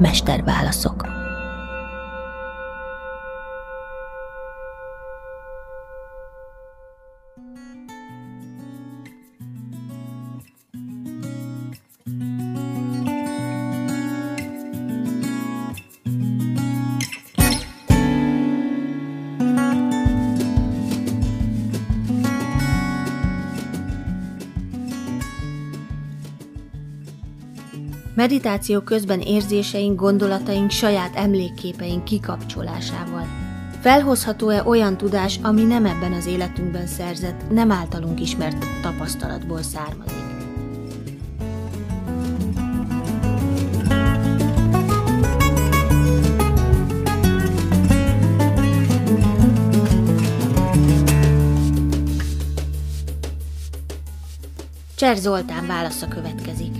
Mesterválaszok. Meditáció közben érzéseink, gondolataink, saját emlékképeink kikapcsolásával. Felhozható-e olyan tudás, ami nem ebben az életünkben szerzett, nem általunk ismert tapasztalatból származik? Cser Zoltán válasza következik.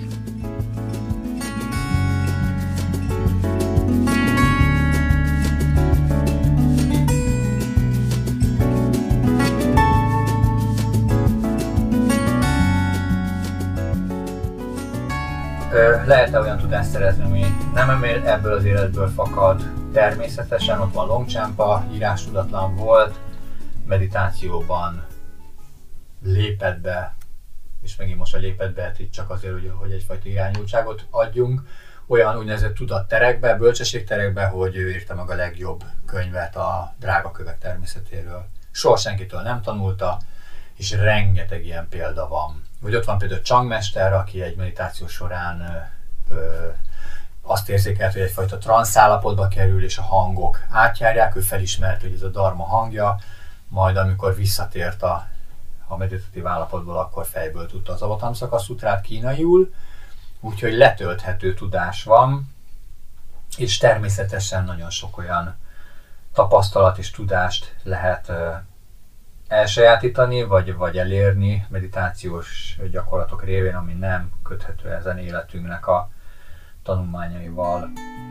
Lehet-e olyan tudást szerezni, ami nem ebből az életből fakad? Természetesen ott van Longchenpa, írástudatlan volt, meditációban lépett be, és megint most a lépett be itt csak azért, hogy egyfajta irányultságot adjunk, olyan úgynevezett tudatterekbe, bölcsességterekbe, hogy ő írta meg a legjobb könyvet a drágakövek természetéről. Soha senkitől nem tanulta, és rengeteg ilyen példa van. Vagy ott van például Chang mester, aki egy meditáció során azt érzékelt, hogy egyfajta transz állapotba kerül, és a hangok átjárják, ő felismert, hogy ez a dharma hangja, majd amikor visszatért a meditatív állapotból, akkor fejből tudta az Avatamsaka szutrát kínaiul, úgyhogy letölthető tudás van, és természetesen nagyon sok olyan tapasztalat és tudást lehet elsajátítani, vagy elérni meditációs gyakorlatok révén, ami nem köthető ezen életünknek a tanulmányaival.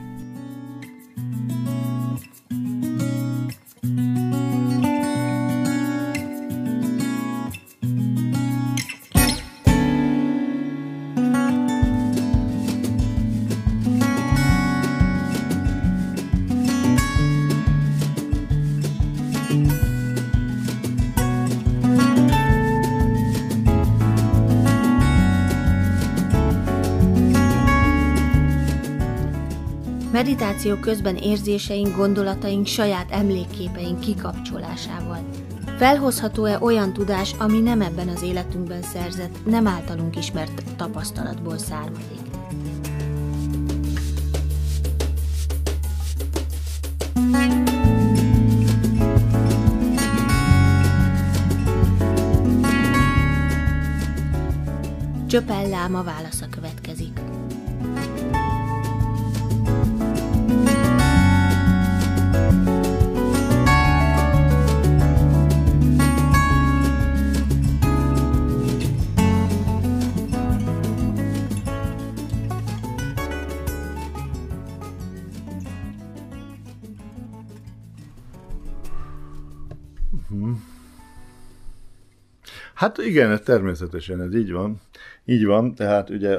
Meditáció közben érzéseink, gondolataink, saját emlékképeink kikapcsolásával. Felhozható-e olyan tudás, ami nem ebben az életünkben szerzett, nem általunk ismert tapasztalatból származik? Csöpel láma válasza következik. Hát igen, természetesen ez így van. Így van, tehát ugye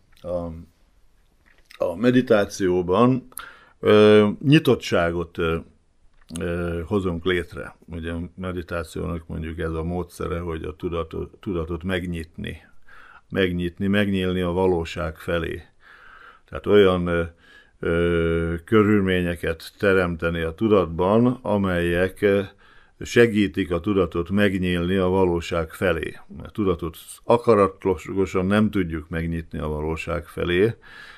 a meditációban nyitottságot hozunk létre. Ugye a meditációnak mondjuk ez a módszere, hogy a tudatot megnyílni a valóság felé. Tehát olyan körülményeket teremteni a tudatban, amelyek segítik a tudatot megnyílni a valóság felé. A tudatot akaratosan nem tudjuk megnyitni a valóság felé,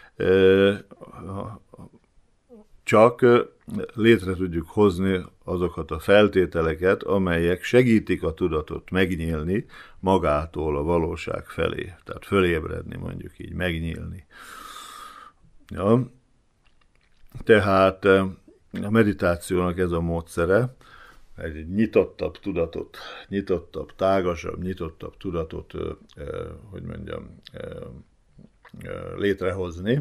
csak létre tudjuk hozni azokat a feltételeket, amelyek segítik a tudatot megnyílni magától a valóság felé. Tehát fölébredni, mondjuk így, megnyílni. Ja. Tehát a meditációnak ez a módszere, egy nyitottabb tudatot, tágasabb, nyitottabb tudatot, létrehozni.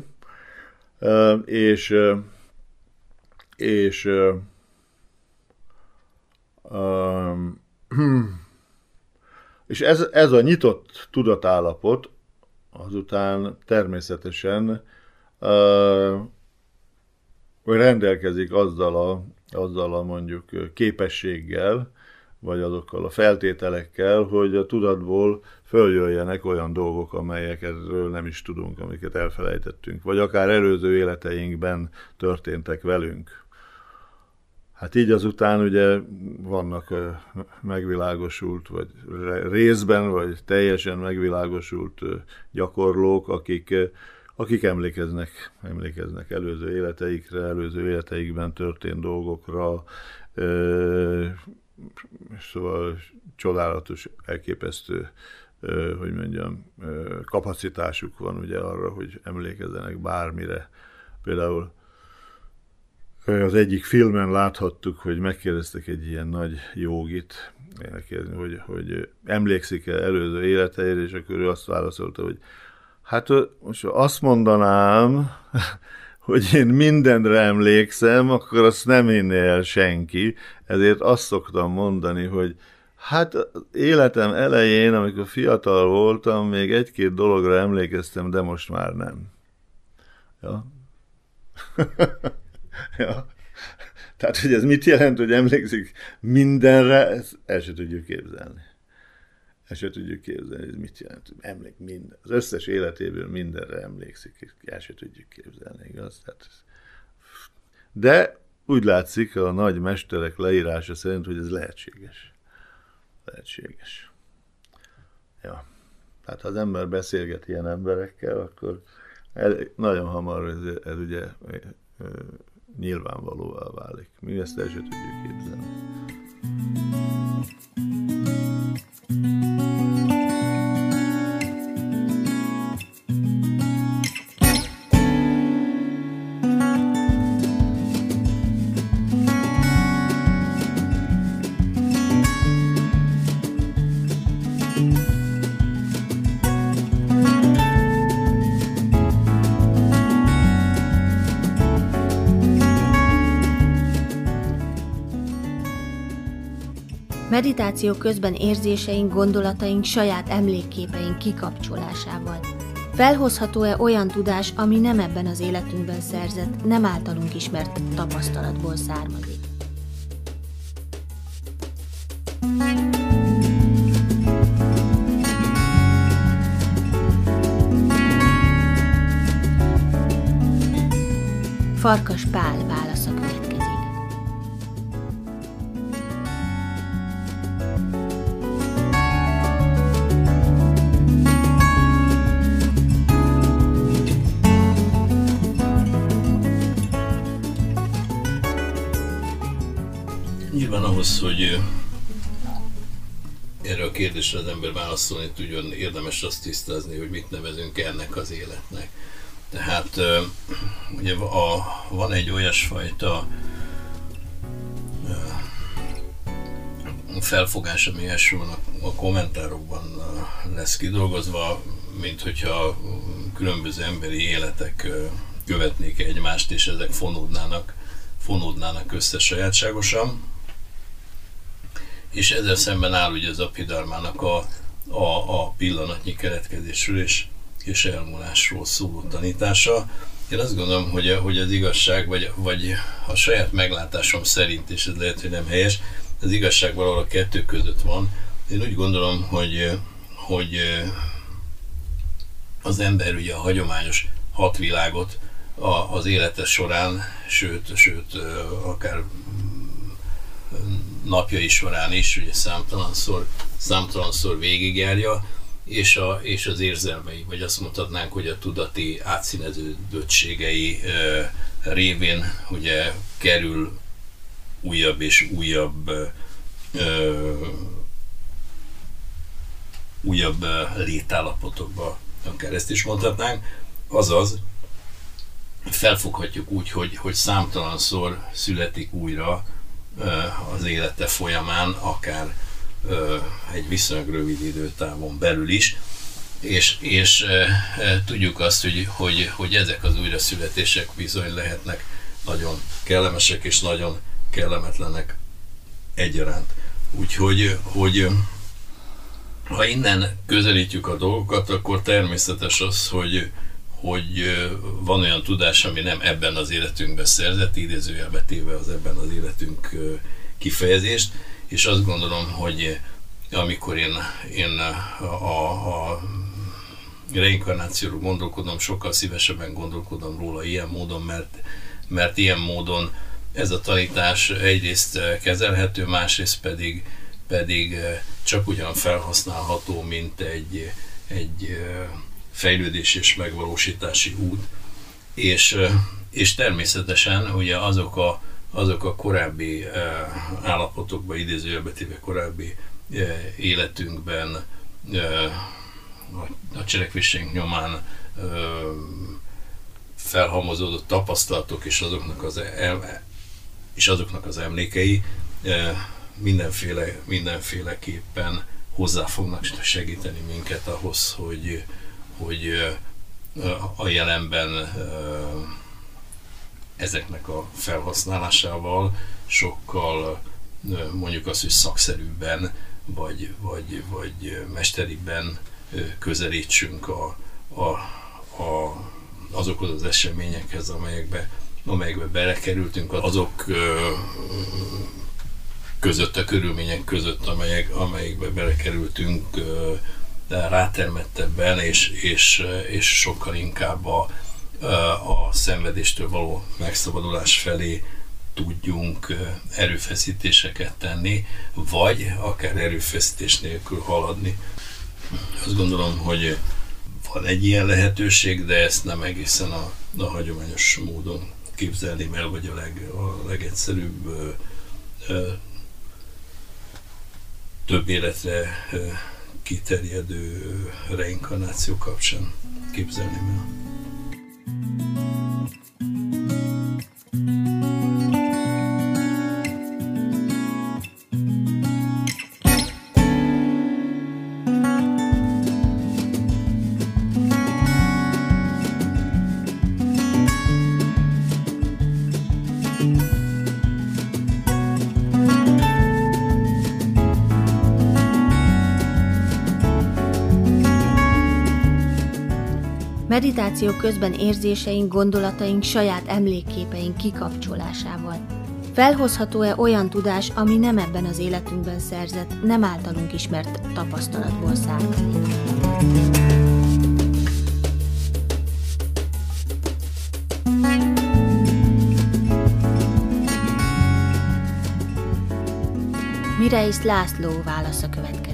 És ez a nyitott tudatállapot azután természetesen rendelkezik azzal a mondjuk képességgel, vagy azokkal a feltételekkel, hogy a tudatból följöjjenek olyan dolgok, amelyekről nem is tudunk, amiket elfelejtettünk, vagy akár előző életeinkben történtek velünk. Hát így azután ugye vannak megvilágosult, vagy részben, vagy teljesen megvilágosult gyakorlók, akik emlékeznek előző életeikre, előző életeikben történt dolgokra, szóval csodálatos, elképesztő, hogy mondjam, kapacitásuk van ugye arra, hogy emlékezzenek bármire. Például az egyik filmen láthattuk, hogy megkérdeztek egy ilyen nagy jógit, hogy emlékszik-e előző életeire, és akkor ő azt válaszolta, hogy hát most azt mondanám, hogy én mindenre emlékszem, akkor azt nem hinné el senki, ezért azt szoktam mondani, hogy hát életem elején, amikor fiatal voltam, még egy-két dologra emlékeztem, de most már nem. Ja. Ja. Tehát, hogy ez mit jelent, hogy emlékszik mindenre, ezt el se tudjuk képzelni. El se tudjuk képzelni, ez mit jelent, hogy emlék minden. Az összes életéből mindenre emlékszik, el se tudjuk képzelni, igaz? Tehát de úgy látszik a nagy mesterek leírása szerint, hogy ez lehetséges. Lehetséges. Ja. Tehát ha az ember beszélget ilyen emberekkel, akkor nagyon hamar ez ugye nyilvánvalóvá válik. Mi ezt el se tudjuk képzelni. Meditáció közben érzéseink, gondolataink, saját emlékképeink kikapcsolásával. Felhozható-e olyan tudás, ami nem ebben az életünkben szerzett, nem általunk ismert tapasztalatból származik? Farkas Pál válasza következik. Nyilván ahhoz, hogy erre a kérdésre az ember válaszolni tudjon, érdemes azt tisztázni, hogy mit nevezünk ennek az életnek. Tehát ugye van egy olyasfajta felfogás, ami elsősorban a kommentárokban lesz kidolgozva, mint hogyha különböző emberi életek követnék egymást, és ezek fonódnának össze sajátságosan. És ezzel szemben áll ugye az Abhidharmának a pillanatnyi keletkezésről és elmúlásról szóló tanítása. Én azt gondolom, hogy az igazság, vagy a saját meglátásom szerint, és ez lehet, hogy nem helyes, az igazság valahol a kettő között van. Én úgy gondolom, hogy az ember ugye a hagyományos 6 világot az élete során, sőt akár napjai során is, ugye számtalanszor végigjárja, és az érzelmei, vagy azt mondhatnánk, hogy a tudati átszíneződöttségei révén ugye kerül újabb és újabb létállapotokba, akár ezt is mondhatnánk. Azaz, felfoghatjuk úgy, hogy számtalanszor születik újra az élete folyamán, akár egy viszonylag rövid időtávon belül is, és tudjuk azt, hogy ezek az újraszületések bizony lehetnek nagyon kellemesek és nagyon kellemetlenek egyaránt. Úgyhogy ha innen közelítjük a dolgokat, akkor természetes az, van olyan tudás, ami nem ebben az életünkben szerzett, idézőjelbe téve az ebben az életünk kifejezést, és azt gondolom, hogy amikor én a reinkarnációról gondolkodom, sokkal szívesebben gondolkodom róla ilyen módon, mert ilyen módon ez a tanítás egyrészt kezelhető, másrészt pedig csak ugyan felhasználható, mint egy fejlődés és megvalósítási út. És természetesen ugye azok a korábbi állapotokban, idézőjelbe téve korábbi életünkben a cselekvéseink nyomán felhalmozódott tapasztalatok és azoknak az emlékei mindenféleképpen hozzá fognak segíteni minket ahhoz, hogy a jelenben ezeknek a felhasználásával sokkal, mondjuk azt, hogy szakszerűbben vagy mesteribben közelítsünk azokhoz az eseményekhez, amelyekbe belekerültünk, azok között, a körülmények között, amelyekbe belekerültünk, rátermettebben és sokkal inkább a szenvedéstől való megszabadulás felé tudjunk erőfeszítéseket tenni, vagy akár erőfeszítés nélkül haladni. Azt gondolom, hogy van egy ilyen lehetőség, de ezt nem egészen a hagyományos módon képzelném el, vagy a legegyszerűbb több életre kiterjedő reinkarnáció kapcsán képzelném el. Meditáció közben érzéseink, gondolataink, saját emlékképeink kikapcsolásával. Felhozható-e olyan tudás, ami nem ebben az életünkben szerzett, nem általunk ismert tapasztalatból származik? Mireis László válasza következik.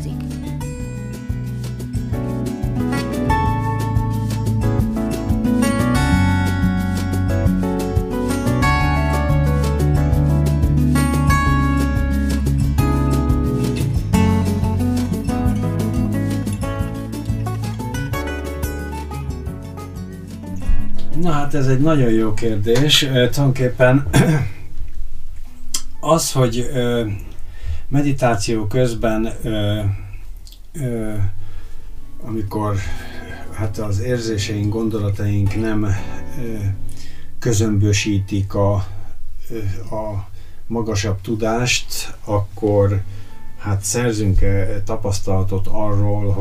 Na hát ez egy nagyon jó kérdés. Tulajdonképpen az, hogy meditáció közben, amikor hát az érzéseink, gondolataink nem közömbösítik a magasabb tudást, akkor hát szerzünk tapasztalatot arról,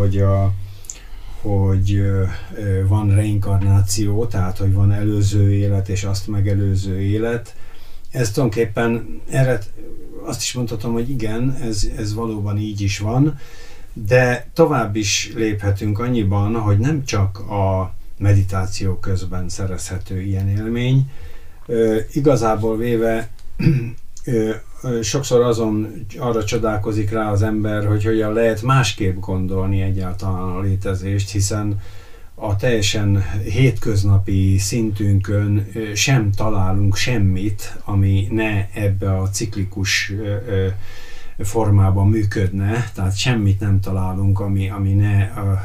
hogy van reinkarnáció, tehát hogy van előző élet és azt megelőző élet. Ez tulajdonképpen erre azt is mondhatom, hogy igen, ez valóban így is van, de tovább is léphetünk annyiban, hogy nem csak a meditáció közben szerezhető ilyen élmény. Igazából véve sokszor arra csodálkozik rá az ember, hogy hogyan lehet másképp gondolni egyáltalán a létezést, hiszen a teljesen hétköznapi szintünkön sem találunk semmit, ami ne ebbe a ciklikus formában működne, tehát semmit nem találunk, ami ne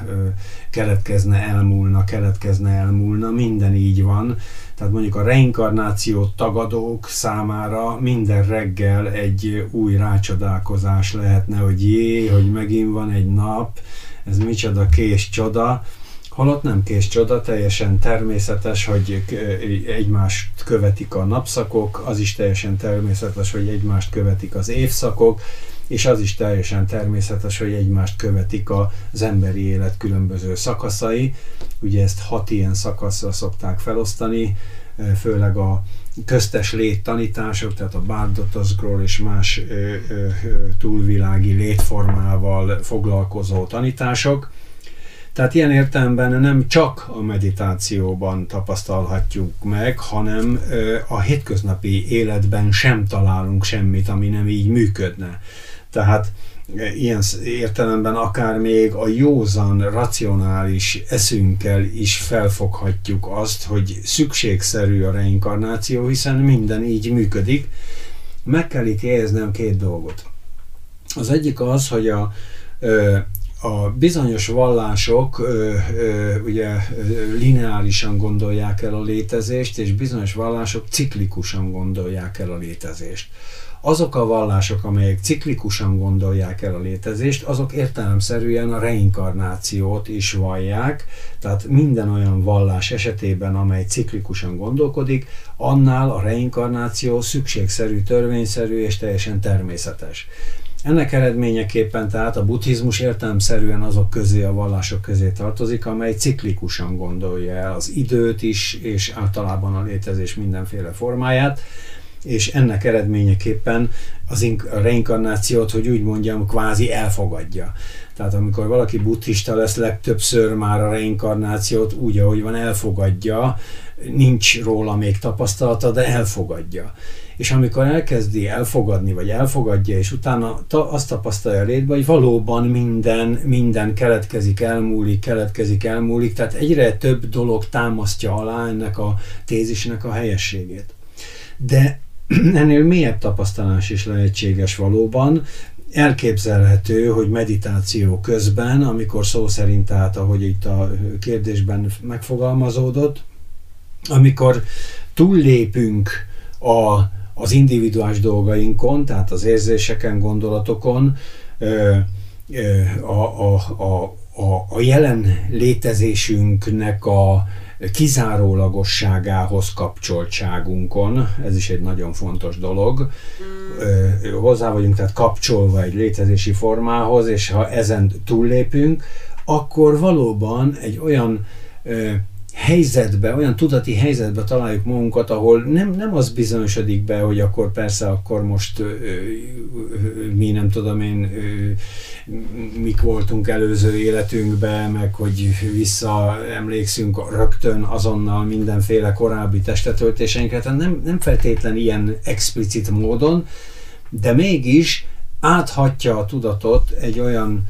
keletkezne, elmúlna, minden így van. Tehát mondjuk a reinkarnációt tagadók számára minden reggel egy új rácsodálkozás lehetne, hogy megint van egy nap, ez micsoda kés csoda, holott nem kés csoda, teljesen természetes, hogy egymást követik a napszakok, az is teljesen természetes, hogy egymást követik az évszakok, és az is teljesen természetes, hogy egymást követik az emberi élet különböző szakaszai. Ugye ezt 6 ilyen szakaszra szokták felosztani, főleg a köztes léttanítások, tehát a Bárdotaszgról és más túlvilági létformával foglalkozó tanítások. Tehát ilyen értelemben nem csak a meditációban tapasztalhatjuk meg, hanem a hétköznapi életben sem találunk semmit, ami nem így működne. Tehát ilyen értelemben akár még a józan, racionális eszünkkel is felfoghatjuk azt, hogy szükségszerű a reinkarnáció, hiszen minden így működik. Meg kell itt jegyeznem 2 dolgot. Az egyik az, hogy a bizonyos vallások ugye lineárisan gondolják el a létezést, és bizonyos vallások ciklikusan gondolják el a létezést. Azok a vallások, amelyek ciklikusan gondolják el a létezést, azok értelemszerűen a reinkarnációt is vallják, tehát minden olyan vallás esetében, amely ciklikusan gondolkodik, annál a reinkarnáció szükségszerű, törvényszerű és teljesen természetes. Ennek eredményeképpen tehát a buddhizmus értelemszerűen azok közé, a vallások közé tartozik, amely ciklikusan gondolja el az időt is, és általában a létezés mindenféle formáját, és ennek eredményeképpen a reinkarnációt, hogy úgy mondjam, kvázi elfogadja. Tehát amikor valaki buddhista lesz, legtöbbször már a reinkarnációt úgy, ahogy van, elfogadja, nincs róla még tapasztalata, de elfogadja. És amikor elkezdi elfogadni, vagy elfogadja, és utána azt tapasztalja létbe, hogy valóban minden keletkezik, elmúlik, tehát egyre több dolog támasztja alá ennek a tézisnek a helyességét. De ennél mélyebb tapasztalás is lehetséges valóban. Elképzelhető, hogy meditáció közben, amikor szó szerint, tehát ahogy itt a kérdésben megfogalmazódott, amikor túllépünk az individuális dolgainkon, tehát az érzéseken, gondolatokon, a jelen létezésünknek a kizárólagosságához kapcsoltságunkon, ez is egy nagyon fontos dolog, hozzá vagyunk tehát kapcsolva egy létezési formához, és ha ezen túllépünk, akkor valóban egy olyan helyzetbe, olyan tudati helyzetbe találjuk magunkat, ahol nem az bizonyosodik be, hogy akkor persze, akkor most mi nem tudom én, mik voltunk előző életünkben, meg hogy visszaemlékszünk rögtön azonnal mindenféle korábbi testetöltéseinkre, tehát nem feltétlen ilyen explicit módon, de mégis áthatja a tudatot egy olyan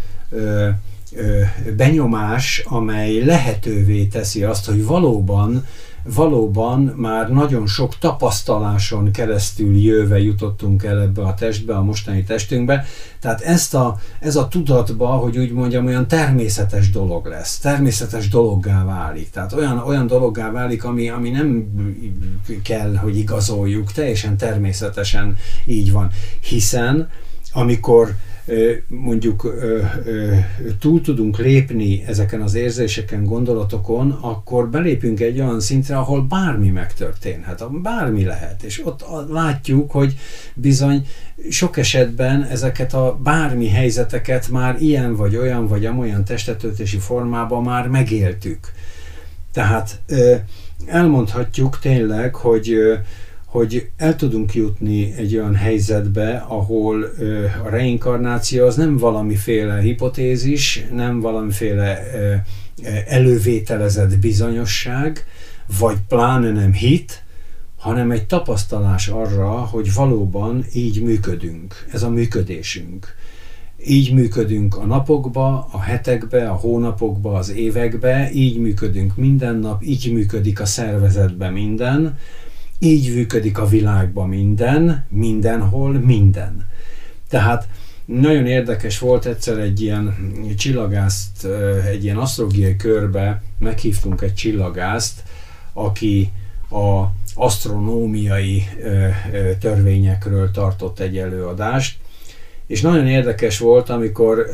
benyomás, amely lehetővé teszi azt, hogy valóban már nagyon sok tapasztaláson keresztül jöve jutottunk el ebbe a testbe, a mostani testünkbe. Tehát ez a tudatba, hogy úgy mondjam, olyan természetes dolog lesz, természetes dologgá válik. Tehát olyan dologgá válik, ami nem kell, hogy igazoljuk, teljesen természetesen így van. Hiszen amikor mondjuk túl tudunk lépni ezeken az érzéseken, gondolatokon, akkor belépünk egy olyan szintre, ahol bármi megtörténhet, bármi lehet. És ott látjuk, hogy bizony sok esetben ezeket a bármi helyzeteket már ilyen vagy olyan vagy amolyan testetöltési formában már megéltük. Tehát elmondhatjuk tényleg, hogy el tudunk jutni egy olyan helyzetbe, ahol a reinkarnáció az nem valamiféle hipotézis, nem valamiféle elővételezett bizonyosság, vagy pláne nem hit, hanem egy tapasztalás arra, hogy valóban így működünk. Ez a működésünk. Így működünk a napokba, a hetekbe, a hónapokba, az évekbe, így működünk minden nap, így működik a szervezetben minden, így működik a világban mindenhol minden. Tehát nagyon érdekes volt egyszer egy ilyen csillagászt, egy ilyen asztrológiai körbe meghívtunk egy csillagászt, aki a asztronómiai törvényekről tartott egy előadást, és nagyon érdekes volt, amikor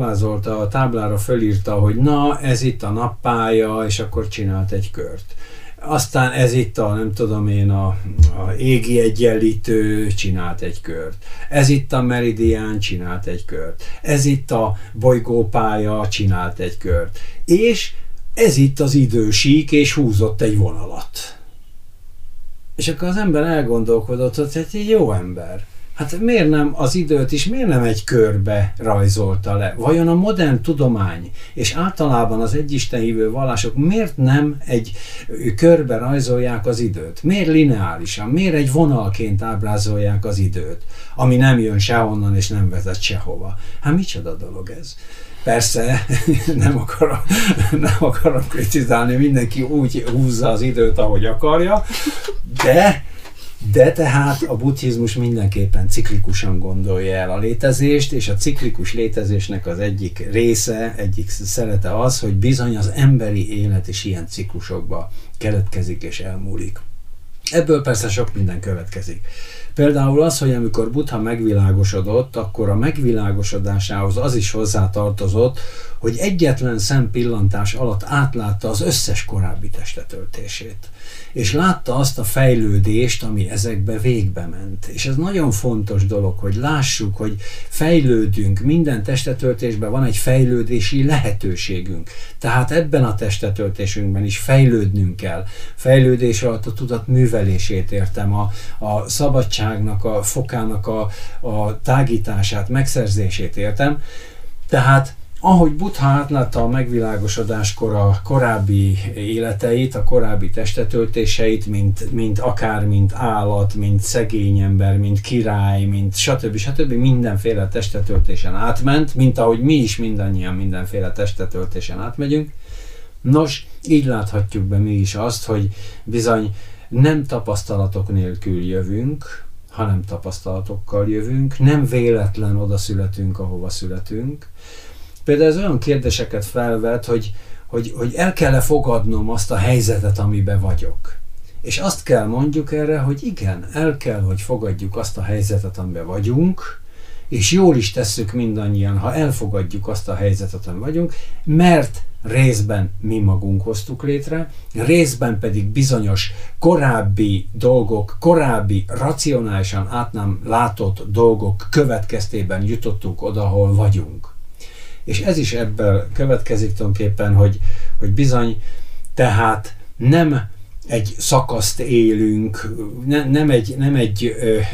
fölvázolta, a táblára fölírta, hogy na, ez itt a nappálya, és akkor csinált egy kört. aztán ez itt a, nem tudom én, a égi egyenlítő csinált egy kört, ez itt a meridián csinált egy kört, ez itt a bolygópálya csinált egy kört, és ez itt az idősík, és húzott egy vonalat. És akkor az ember elgondolkodott, hogy egy jó ember. Hát miért nem az időt is, miért nem egy körbe rajzolta le? Vajon a modern tudomány és általában az egyistenhívő vallások miért nem egy körbe rajzolják az időt? Miért lineárisan? Miért egy vonalként ábrázolják az időt, ami nem jön sehonnan és nem vezet sehova? Hát micsoda dolog ez? Persze, nem akarom kritizálni, mindenki úgy húzza az időt, ahogy akarja, de tehát a buddhizmus mindenképpen ciklikusan gondolja el a létezést, és a ciklikus létezésnek az egyik része, egyik szelete az, hogy bizony az emberi élet is ilyen ciklusokba keletkezik és elmúlik. Ebből persze sok minden következik. Például az, hogy amikor Buddha megvilágosodott, akkor a megvilágosodásához az is hozzátartozott, hogy egyetlen szempillantás alatt átlátta az összes korábbi testetöltését. És látta azt a fejlődést, ami ezekbe végbe ment. És ez nagyon fontos dolog, hogy lássuk, hogy fejlődünk, minden testetöltésben van egy fejlődési lehetőségünk. Tehát ebben a testetöltésünkben is fejlődnünk kell. Fejlődés alatt a tudat művelését értem, a szabadságnak, a fokának a tágítását, megszerzését értem. Tehát ahogy Buddha átlátta a megvilágosodáskor a korábbi életeit, a korábbi testetöltéseit, mint állat, mint szegény ember, mint király, mint stb. Mindenféle testetöltésen átment, mint ahogy mi is mindannyian mindenféle testetöltésen átmegyünk. Nos, így láthatjuk be mi is azt, hogy bizony nem tapasztalatok nélkül jövünk, hanem tapasztalatokkal jövünk, nem véletlen oda születünk, ahova születünk. Például ez olyan kérdéseket felvet, hogy el kell-e fogadnom azt a helyzetet, amiben vagyok. És azt kell mondjuk erre, hogy igen, el kell, hogy fogadjuk azt a helyzetet, amiben vagyunk, és jól is tesszük mindannyian, ha elfogadjuk azt a helyzetet, amiben vagyunk, mert részben mi magunk hoztuk létre, részben pedig bizonyos korábbi dolgok, korábbi racionálisan át nem látott dolgok következtében jutottunk oda, ahol vagyunk. És ez is ebből következik tulajdonképpen, hogy bizony, tehát nem egy szakaszt élünk, nem egy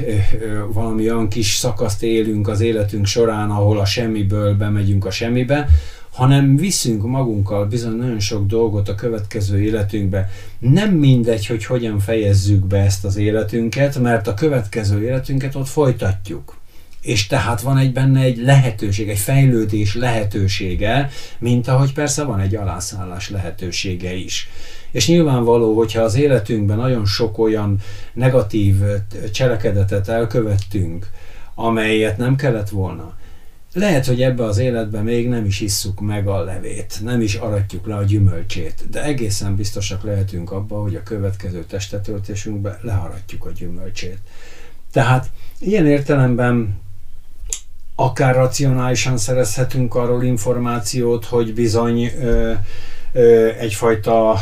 valami olyan kis szakaszt élünk az életünk során, ahol a semmiből bemegyünk a semmibe, hanem viszünk magunkkal bizony nagyon sok dolgot a következő életünkbe. Nem mindegy, hogy hogyan fejezzük be ezt az életünket, mert a következő életünket ott folytatjuk. És tehát van benne egy lehetőség, egy fejlődés lehetősége, mint ahogy persze van egy alászállás lehetősége is. És nyilvánvaló, hogyha az életünkben nagyon sok olyan negatív cselekedetet elkövettünk, amelyet nem kellett volna, lehet, hogy ebbe az életben még nem is isszuk meg a levét, nem is aratjuk le a gyümölcsét, de egészen biztosak lehetünk abban, hogy a következő testetöltésünkben learatjuk a gyümölcsét. Tehát ilyen értelemben akár racionálisan szerezhetünk arról információt, hogy bizony egyfajta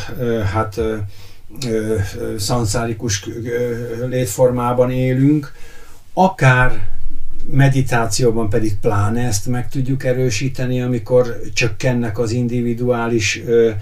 szanszárikus létformában élünk, akár meditációban pedig pláne ezt meg tudjuk erősíteni, amikor csökkennek az individuális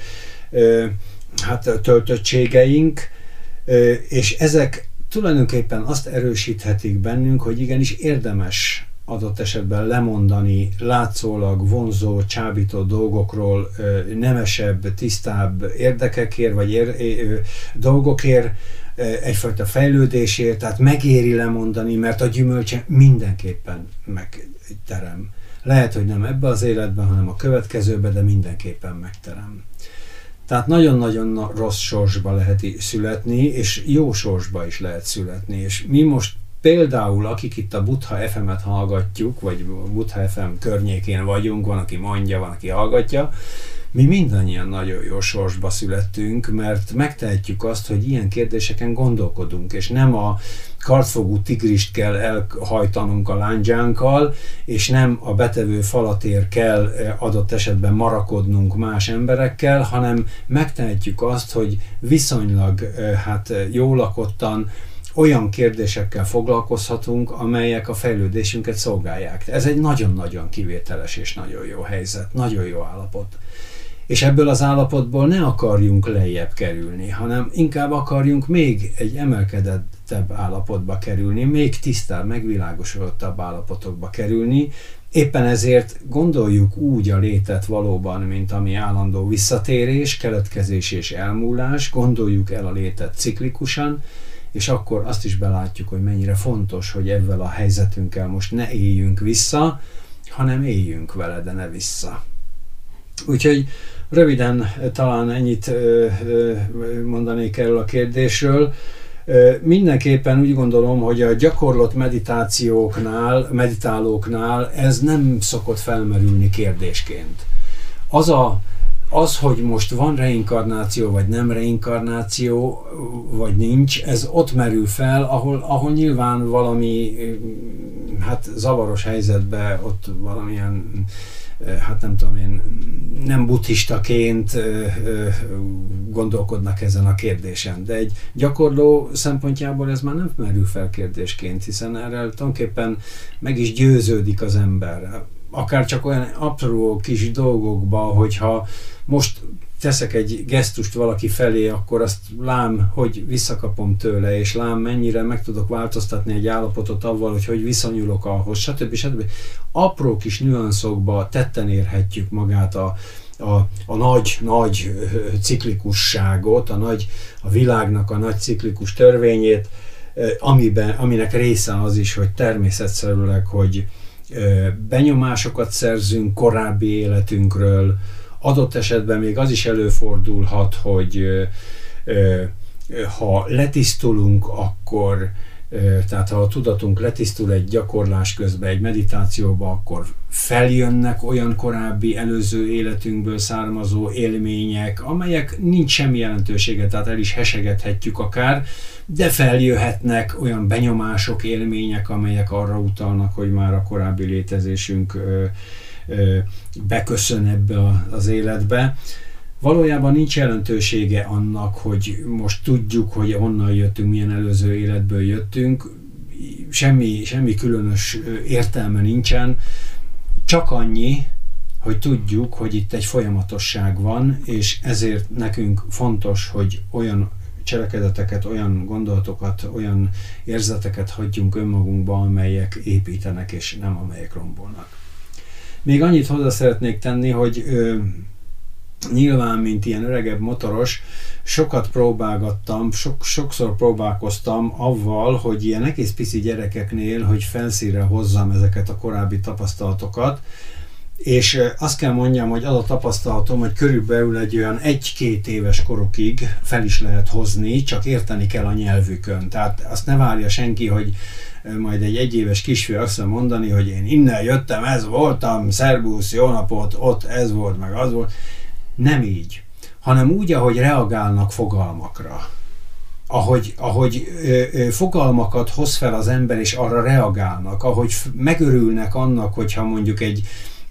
töltöttségeink, és ezek tulajdonképpen azt erősíthetik bennünk, hogy igenis érdemes adott esetben lemondani látszólag vonzó, csábító dolgokról, nemesebb, tisztább érdekekért, vagy dolgokért, egyfajta fejlődésért, tehát megéri lemondani, mert a gyümölcse mindenképpen megterem. Lehet, hogy nem ebbe az életben, hanem a következőbe, de mindenképpen megterem. Tehát nagyon-nagyon rossz sorsba lehet születni, és jó sorsba is lehet születni. És mi most például, akik itt a Buddha FM-et hallgatjuk, vagy Buddha FM környékén vagyunk, van, aki mondja, van, aki hallgatja, Mi mindannyian nagyon jó sorsba születtünk, mert megtehetjük azt, hogy ilyen kérdéseken gondolkodunk, és nem a kartfogú tigrist kell elhajtanunk a lándzsánkkal, és nem a betevő falatér kell adott esetben marakodnunk más emberekkel, hanem megtehetjük azt, hogy viszonylag jól lakottan olyan kérdésekkel foglalkozhatunk, amelyek a fejlődésünket szolgálják. Ez egy nagyon-nagyon kivételes és nagyon jó helyzet, nagyon jó állapot. És ebből az állapotból ne akarjunk lejjebb kerülni, hanem inkább akarjunk még egy emelkedettebb állapotba kerülni, még tisztább, megvilágosodottabb állapotokba kerülni. Éppen ezért gondoljuk úgy a létet valóban, mint ami állandó visszatérés, keletkezés és elmúlás, gondoljuk el a létet ciklikusan, és akkor azt is belátjuk, hogy mennyire fontos, hogy ezzel a helyzetünkkel most ne éljünk vissza, hanem éljünk vele, de ne vissza. Úgyhogy röviden talán ennyit mondanék erről a kérdésről. Mindenképpen úgy gondolom, hogy a gyakorlott meditálóknál ez nem szokott felmerülni kérdésként. Az, hogy most van reinkarnáció, vagy nem reinkarnáció, vagy nincs, ez ott merül fel, ahol nyilván valami zavaros helyzetben ott valamilyen, nem tudom én, nem buddhistaként gondolkodnak ezen a kérdésen. De egy gyakorló szempontjából ez már nem merül fel kérdésként, hiszen erről tulajdonképpen meg is győződik az ember. Akár csak olyan apró kis dolgokba, hogyha most teszek egy gesztust valaki felé, akkor azt lám, hogy visszakapom tőle, és lám, mennyire meg tudok változtatni egy állapotot avval, hogy viszonyulok ahhoz, stb. Apró kis nüanszokba tetten érhetjük magát a nagy ciklikusságot, a világnak a nagy ciklikus törvényét, aminek része az is, hogy természetszerűleg, hogy benyomásokat szerzünk korábbi életünkről, adott esetben még az is előfordulhat, hogy ha letisztulunk, akkor, tehát ha a tudatunk letisztul egy gyakorlás közben, egy meditációba, akkor feljönnek olyan korábbi előző életünkből származó élmények, amelyek nincs semmi jelentősége, tehát el is hesegethetjük akár, de feljöhetnek olyan benyomások, élmények, amelyek arra utalnak, hogy már a korábbi létezésünk beköszön ebbe az életbe. Valójában nincs jelentősége annak, hogy most tudjuk, hogy honnan jöttünk, milyen előző életből jöttünk, semmi különös értelme nincsen, csak annyi, hogy tudjuk, hogy itt egy folyamatosság van, és ezért nekünk fontos, hogy olyan cselekedeteket, olyan gondolatokat, olyan érzeteket hagyjunk önmagunkba, amelyek építenek, és nem amelyek rombolnak. Még annyit hozzá szeretnék tenni, hogy nyilván, mint ilyen öregebb motoros, sokat próbálgattam, sokszor próbálkoztam avval, hogy ilyen egész pici gyerekeknél, hogy felszínre hozzam ezeket a korábbi tapasztalatokat, és azt kell mondjam, hogy az a tapasztalatom, hogy körülbelül egy olyan 1-2 éves korukig fel is lehet hozni, csak érteni kell a nyelvükön. Tehát azt ne várja senki, hogy majd egy 1 éves kisfiú azt mondja mondani, hogy én innen jöttem, ez voltam, szerbusz, jó napot, ott ez volt, meg az volt. Nem így, hanem úgy, ahogy reagálnak fogalmakra. Ahogy fogalmakat hoz fel az ember, és arra reagálnak, ahogy megörülnek annak, hogyha mondjuk egy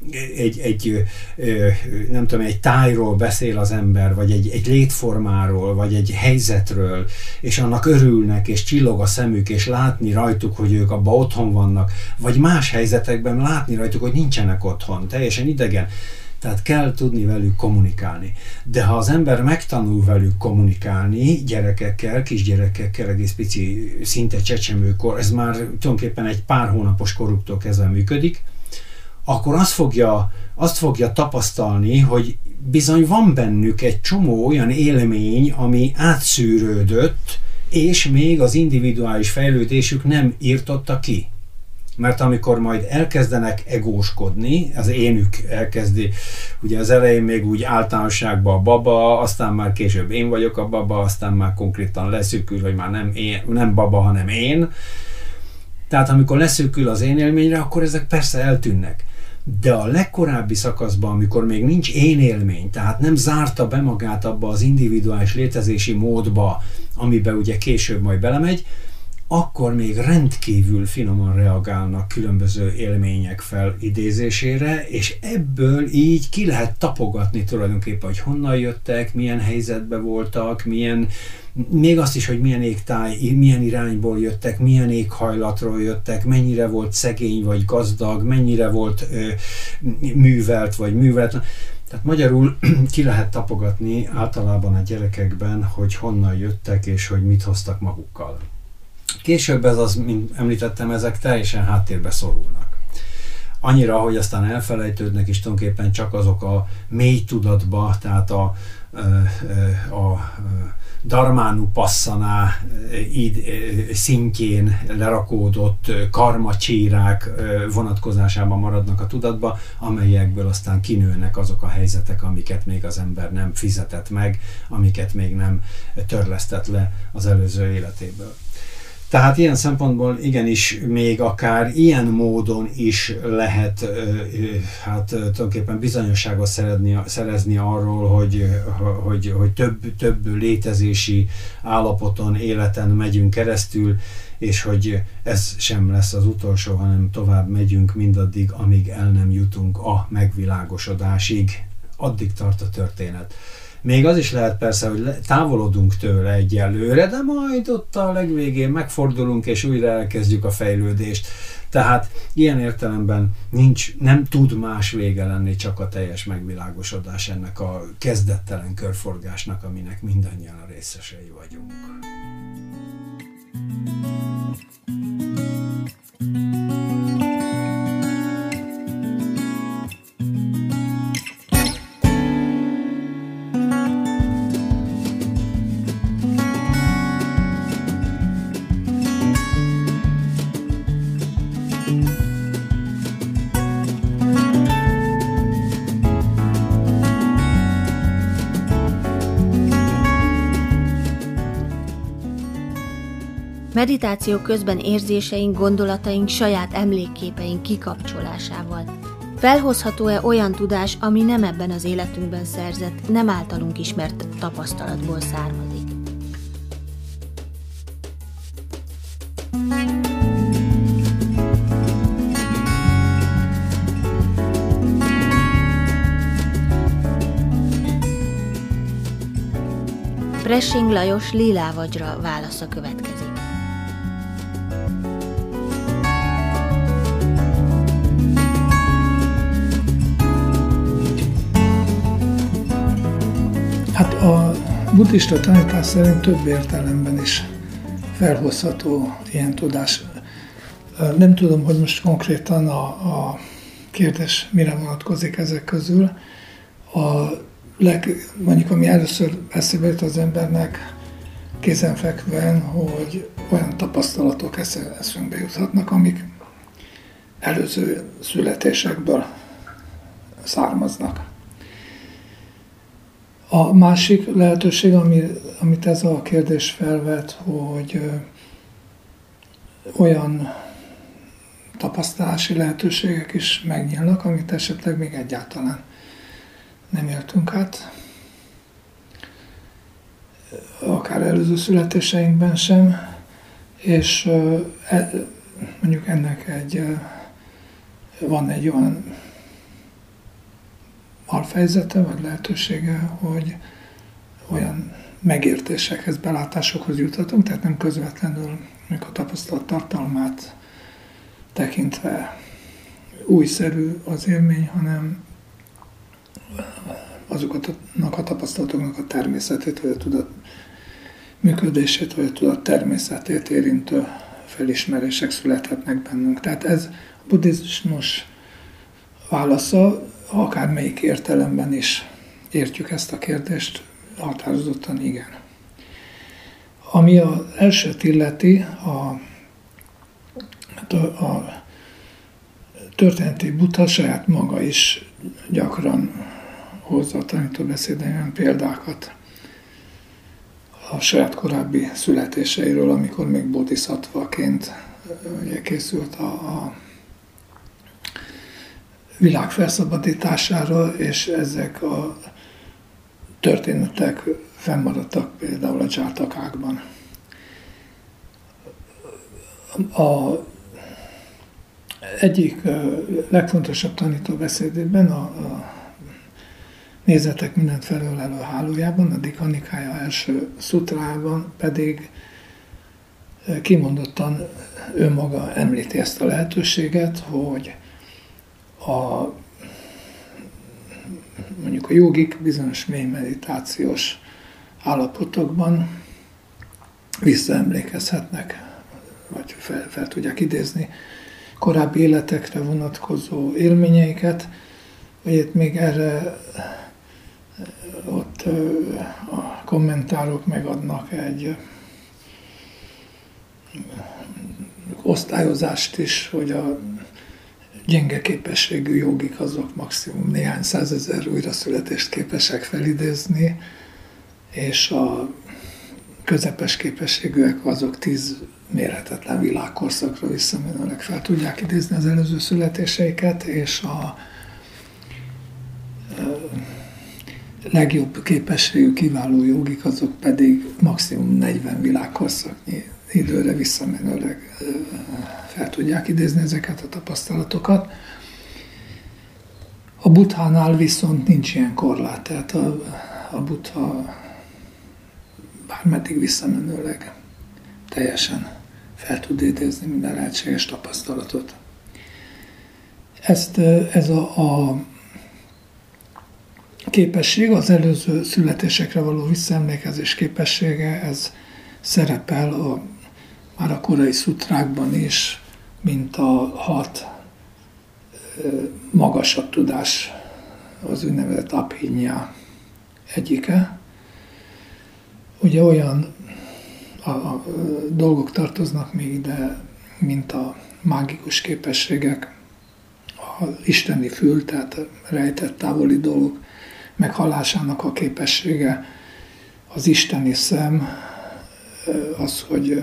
tájról beszél az ember, vagy egy létformáról, vagy egy helyzetről, és annak örülnek, és csillog a szemük, és látni rajtuk, hogy ők abban otthon vannak, vagy más helyzetekben látni rajtuk, hogy nincsenek otthon, teljesen idegen. Tehát kell tudni velük kommunikálni. De ha az ember megtanul velük kommunikálni, gyerekekkel, kisgyerekekkel, egész pici, szinte csecsemőkor, ez már tulajdonképpen egy pár hónapos koruktól kezdve működik, akkor azt fogja tapasztalni, hogy bizony van bennük egy csomó olyan élmény, ami átszűrődött, és még az individuális fejlődésük nem írtotta ki. Mert amikor majd elkezdenek egóskodni, az énük elkezdi, ugye az elején még úgy általánosságban a baba, aztán már később én vagyok a baba, aztán már konkrétan leszűkül, hogy már nem baba, hanem én. Tehát amikor leszűkül az én élményre, akkor ezek persze eltűnnek. de a legkorábbi szakaszban, amikor még nincs én élmény, tehát nem zárta be magát abba az individuális létezési módba, amiben ugye később majd belemegy, akkor még rendkívül finoman reagálnak különböző élmények felidézésére, és ebből így ki lehet tapogatni tulajdonképpen, hogy honnan jöttek, milyen helyzetben voltak, még azt is, hogy milyen égtáj, milyen irányból jöttek, milyen éghajlatról jöttek, mennyire volt szegény vagy gazdag, mennyire volt művelt vagy műveletlen. Tehát magyarul ki lehet tapogatni általában a gyerekekben, hogy honnan jöttek és hogy mit hoztak magukkal. Később mint említettem, ezek teljesen háttérbe szorulnak. Annyira, hogy aztán elfelejtődnek, és tulajdonképpen csak azok a mély tudatba, tehát a Dharmánupasszaná szintjén lerakódott karmacsírák vonatkozásában maradnak a tudatba, amelyekből aztán kinőnek azok a helyzetek, amiket még az ember nem fizetett meg, amiket még nem törlesztett le az előző életéből. Tehát ilyen szempontból igenis még akár ilyen módon is lehet tulajdonképpen bizonyosságot szerezni arról, hogy több létezési állapoton, életen megyünk keresztül, és hogy ez sem lesz az utolsó, hanem tovább megyünk mindaddig, amíg el nem jutunk a megvilágosodásig. Addig tart a történet. Még az is lehet persze, hogy távolodunk tőle egyelőre, de majd ott a legvégén megfordulunk, és újra elkezdjük a fejlődést. Tehát ilyen értelemben nem tud más vége lenni, csak a teljes megvilágosodás ennek a kezdettelen körforgásnak, aminek mindannyian a részesei vagyunk. Meditáció közben érzéseink, gondolataink, saját emlékképeink kikapcsolásával. Felhozható-e olyan tudás, ami nem ebben az életünkben szerzett, nem általunk ismert tapasztalatból származik? Pressing Lajos Lilávadzsra válasza következik. Hát a buddhista tanítás szerint több értelemben is felhozható ilyen tudás. Nem tudom, hogy most konkrétan a kérdés mire vonatkozik ezek közül. Mondjuk, ami először eszébe jut az embernek kézenfekvően, hogy olyan tapasztalatok eszünkbe juthatnak, amik előző születésekből származnak. A másik lehetőség, amit ez a kérdés felvet, hogy olyan tapasztalási lehetőségek is megnyílnak, amit esetleg még egyáltalán nem éltünk át, akár előző születéseinkben sem, és mondjuk ennek van egy olyan alfejezete, vagy lehetősége, hogy olyan megértésekhez, belátásokhoz juthatunk, tehát nem közvetlenül még a tapasztalat tartalmát tekintve újszerű az élmény, hanem azoknak a tapasztalatoknak a természetét, vagy a tudat működését, vagy a tudat természetét érintő felismerések születhetnek bennünk. Tehát ez a buddhizmus válasza, akármelyik értelemben is értjük ezt a kérdést, határozottan igen. Ami az elsőt illeti, a történeti Buddha saját maga is gyakran hozza a tanítóbeszédeiben példákat a saját korábbi születéseiről, amikor még bodhisattvaként készült a világ felszabadítására, és ezek a történetek fennmaradtak például a Dzsártakákban. A egyik legfontosabb tanítóbeszédében, a Nézetek mindent felölelő hálójában, a Dika Nikája első szutrájában pedig kimondottan ő maga említi ezt a lehetőséget, hogy mondjuk a jogik bizonyos mély meditációs állapotokban visszaemlékezhetnek, vagy fel tudják idézni korábbi életekre vonatkozó élményeiket, vagy itt még erre ott a kommentárok megadnak egy osztályozást is, hogy a gyenge képességű jogik azok maximum néhány százezer újraszületést képesek felidézni, és a közepes képességűek azok 10 mérhetetlen világkorszakra visszamenőleg fel tudják idézni az előző születéseiket, és a legjobb képességű, kiváló jogik azok pedig maximum 40 világkorszaknyi időre visszamenőleg fel tudják idézni ezeket a tapasztalatokat. A Buddhánál viszont nincs ilyen korlát, tehát a Buddha bármeddig visszamenőleg teljesen fel tud idézni minden lehetséges tapasztalatot. Ez a képesség, az előző születésekre való visszaemlékezés képessége, ez szerepel már a korai szutrákban is, mint a 6 magasabb tudás, az úgynevezett abhinya egyike. Ugye olyan a dolgok tartoznak még ide, mint a mágikus képességek, az isteni fül, tehát a rejtett távoli dolgok meghallásának a képessége, az isteni szem, az, hogy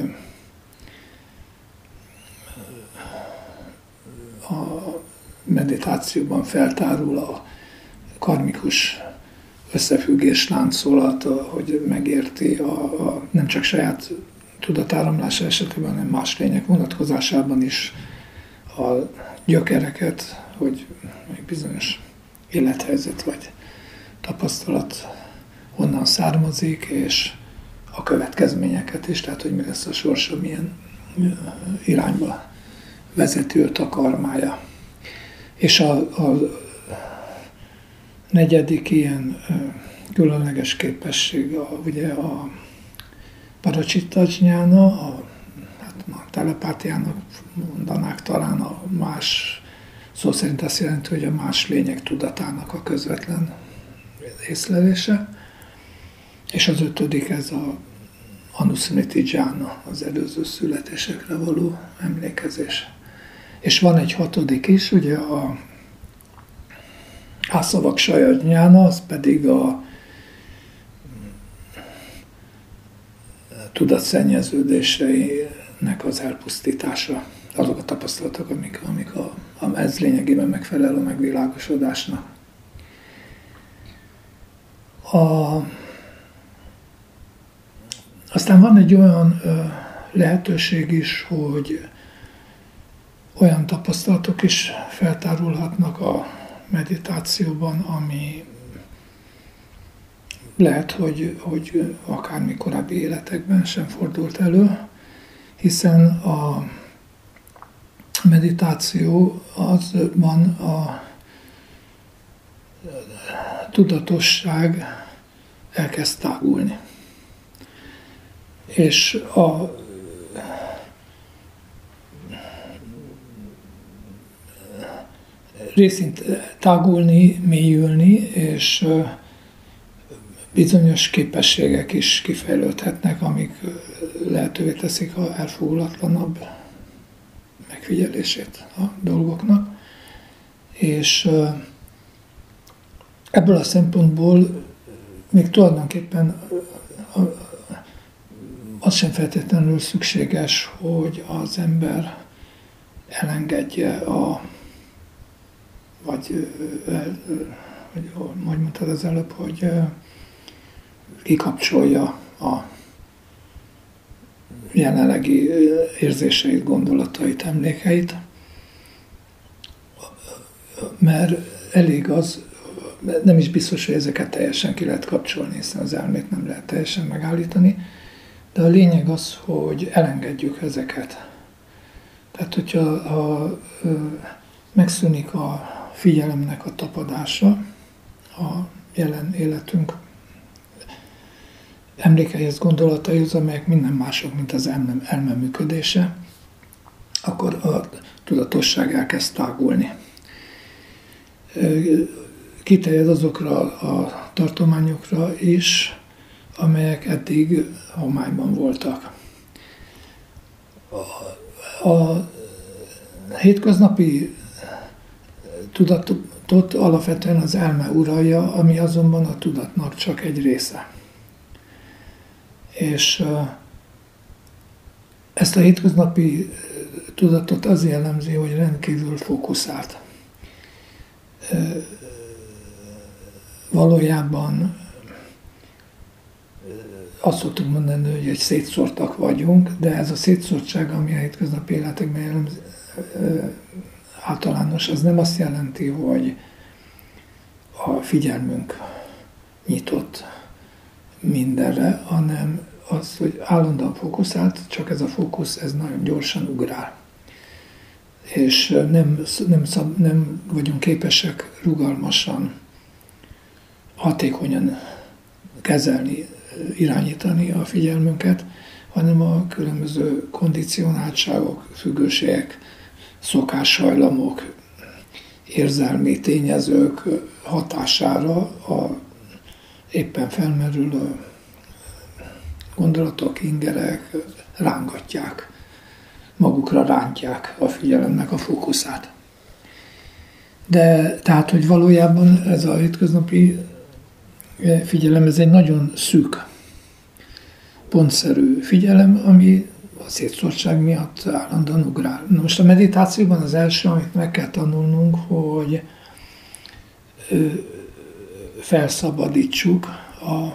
a meditációban feltárul a karmikus összefüggés láncolata, hogy megérti nem csak saját tudatáramlása esetében, hanem más lények vonatkozásában is a gyökereket, hogy bizonyos élethelyzet vagy tapasztalat honnan származik, és a következményeket is, tehát hogy mi lesz a sorsa, milyen irányba vezeti őt a karmája. És a negyedik ilyen különleges képesség, ugye a paracsitta-jnana, a telepátiának mondanák talán a más, szó szerint azt jelenti, hogy a más lények tudatának a közvetlen észlelése. És az 5. ez a anusmriti jhana, az előző születésekre való emlékezés. És van egy 6. is, ugye a ásavaksaja jnana, az pedig a tudatszennyeződéseinek az elpusztítása. Azok a tapasztalatok, amik ez lényegében megfelel a megvilágosodásnak. Aztán van egy olyan lehetőség is, hogy olyan tapasztalatok is feltárulhatnak a meditációban, ami lehet, hogy akármi korábbi életekben sem fordult elő, hiszen a meditáció azban a tudatosság elkezd tágulni. És részint tágulni, mélyülni, és bizonyos képességek is kifejlődhetnek, amik lehetővé teszik az elfogulatlanabb megfigyelését a dolgoknak. És ebből a szempontból még tulajdonképpen az sem feltétlenül szükséges, hogy az ember elengedje vagy majd mondtad az előbb, hogy kikapcsolja a jelenlegi érzéseit, gondolatait, emlékeit, mert elég az, nem is biztos, hogy ezeket teljesen ki lehet kapcsolni, hiszen az elmét nem lehet teljesen megállítani, de a lényeg az, hogy elengedjük ezeket. Tehát, hogyha megszűnik a figyelemnek a tapadása a jelen életünk emlékeihez, gondolataihoz, amelyek minden mások, mint az elme működése, akkor a tudatosság elkezd tágulni. Kiterjed azokra a tartományokra is, amelyek eddig homályban voltak. A hétköznapi tudatot alapvetően az elme uralja, ami azonban a tudatnak csak egy része. És ezt a hétköznapi tudatot az jellemzi, hogy rendkívül fókuszált. Valójában azt szoktuk mondani, hogy egy szétszórtak vagyunk, de ez a szétszórtság, ami a hétköznapi életekben jellemzi, általános, az nem azt jelenti, hogy a figyelmünk nyitott mindenre, hanem az, hogy állandóan fókuszált, csak ez a fókusz, ez nagyon gyorsan ugrál. És nem vagyunk képesek rugalmasan, hatékonyan kezelni, irányítani a figyelmünket, hanem a különböző kondicionáltságok, függőségek, szokáshajlamok, érzelmi tényezők hatására a éppen felmerülő gondolatok, ingerek rángatják, magukra rántják a figyelemnek a fókuszát. De tehát, hogy valójában ez a hétköznapi figyelem, ez egy nagyon szűk, pontszerű figyelem, ami a szétszórtság miatt állandóan ugrál. Na most a meditációban az első, amit meg kell tanulnunk, hogy felszabadítsuk a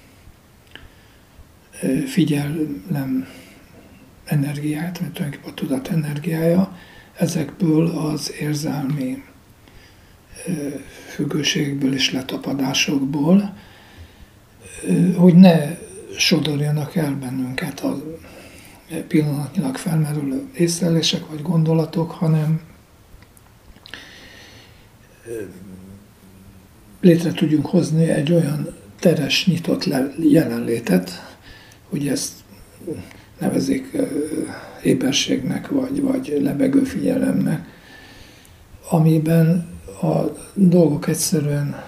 figyelem energiáját, mert tulajdonképpen a tudat energiája, ezekből az érzelmi függőségekből és letapadásokból, hogy ne sodorjanak el bennünket a pillanatnyilag felmerülő észlelések vagy gondolatok, hanem létre tudjunk hozni egy olyan teres, nyitott jelenlétet, hogy ezt nevezik éberségnek, vagy lebegő figyelemnek, amiben a dolgok egyszerűen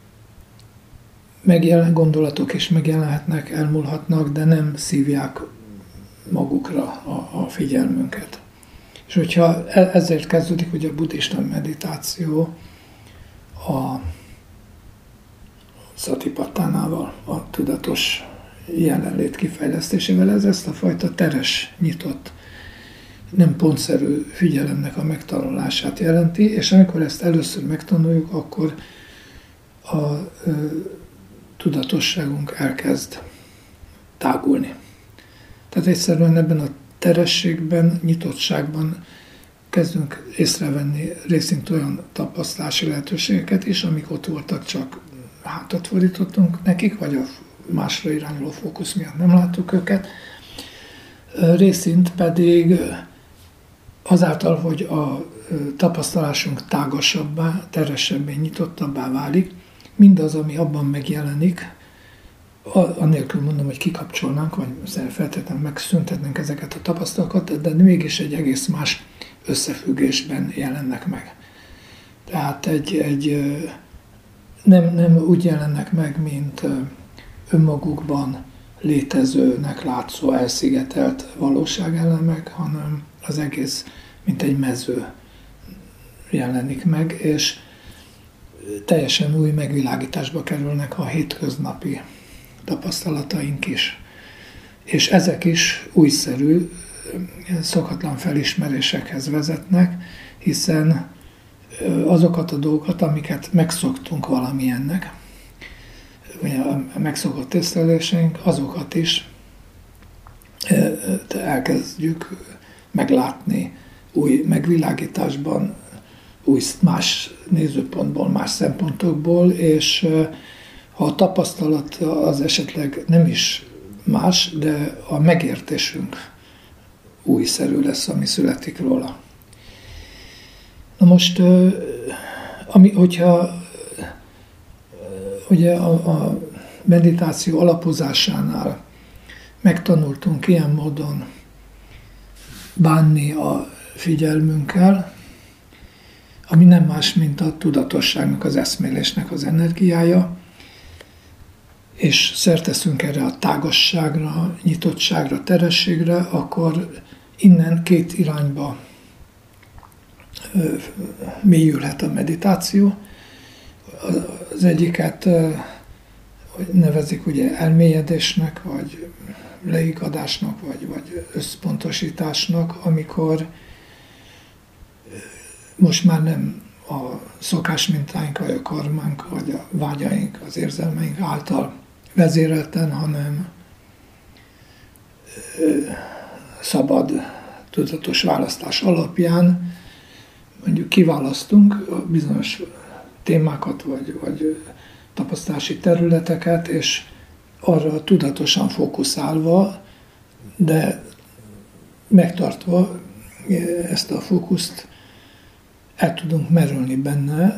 gondolatok is megjelenhetnek, elmúlhatnak, de nem szívják magukra a figyelmünket. És hogyha ezért kezdődik ugye a buddhista meditáció a Satipattánával, a tudatos jelenlét kifejlesztésével, ez ezt a fajta teres, nyitott, nem pontszerű figyelemnek a megtanulását jelenti, és amikor ezt először megtanuljuk, akkor a tudatosságunk elkezd tágulni. Tehát egyszerűen ebben a terességben, nyitottságban kezdünk észrevenni részint olyan tapasztalási lehetőségeket is, amik ott voltak, csak hátat fordítottunk nekik, vagy a másra irányuló fókusz miatt nem láttuk őket. Részint pedig azáltal, hogy a tapasztalásunk tágasabbá, teresebbé, nyitottabbá válik, mindaz, ami abban megjelenik, annélkül mondom, hogy kikapcsolnánk, vagy feltétlenül megszüntetnénk ezeket a tapasztalatokat, de mégis egy egész más összefüggésben jelennek meg. Tehát nem úgy jelennek meg, mint önmagukban létezőnek látszó, elszigetelt valóságelemek, hanem az egész, mint egy mező jelenik meg, és teljesen új megvilágításba kerülnek a hétköznapi tapasztalataink is. És ezek is újszerű, szokatlan felismerésekhez vezetnek, hiszen azokat a dolgokat, amiket megszoktunk valamilyennek, ugye a megszokott észleléseink, azokat is elkezdjük meglátni új megvilágításban, más nézőpontból, más szempontokból, és ha a tapasztalat az esetleg nem is más, de a megértésünk újszerű lesz, ami születik róla. Na most, hogyha ugye a meditáció alapozásánál megtanultunk ilyen módon bánni a figyelmünkkel, ami nem más, mint a tudatosságnak, az eszmélésnek az energiája, és szerteszünk erre a tágasságra, nyitottságra, terességre, akkor innen két irányba mélyülhet a meditáció. Az egyiket nevezik ugye elmélyedésnek, vagy leigadásnak, vagy összpontosításnak, amikor most már nem a szokás mintáink, vagy a karmánk, vagy a vágyaink, az érzelmeink által vezérelten, hanem szabad, tudatos választás alapján mondjuk kiválasztunk bizonyos témákat, vagy tapasztalási területeket, és arra tudatosan fókuszálva, de megtartva ezt a fókuszt, el tudunk merülni benne,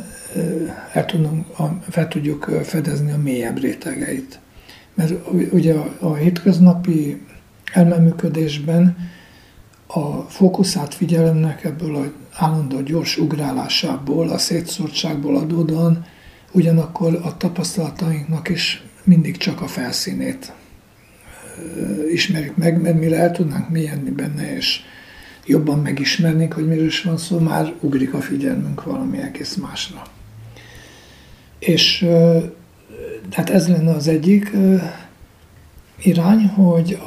fel tudjuk fedezni a mélyebb rétegeit. Mert ugye a hétköznapi elmeműködésben a fókuszált figyelemnek ebből az állandó gyors ugrálásából, a szétszórtságból adódóan, ugyanakkor a tapasztalatainknak is mindig csak a felszínét ismerjük meg, mert mire el tudnánk mélyedni benne, és jobban megismernénk, hogy miről is van szó, már ugrik a figyelmünk valami egész másra. És hát ez lenne az egyik irány, hogy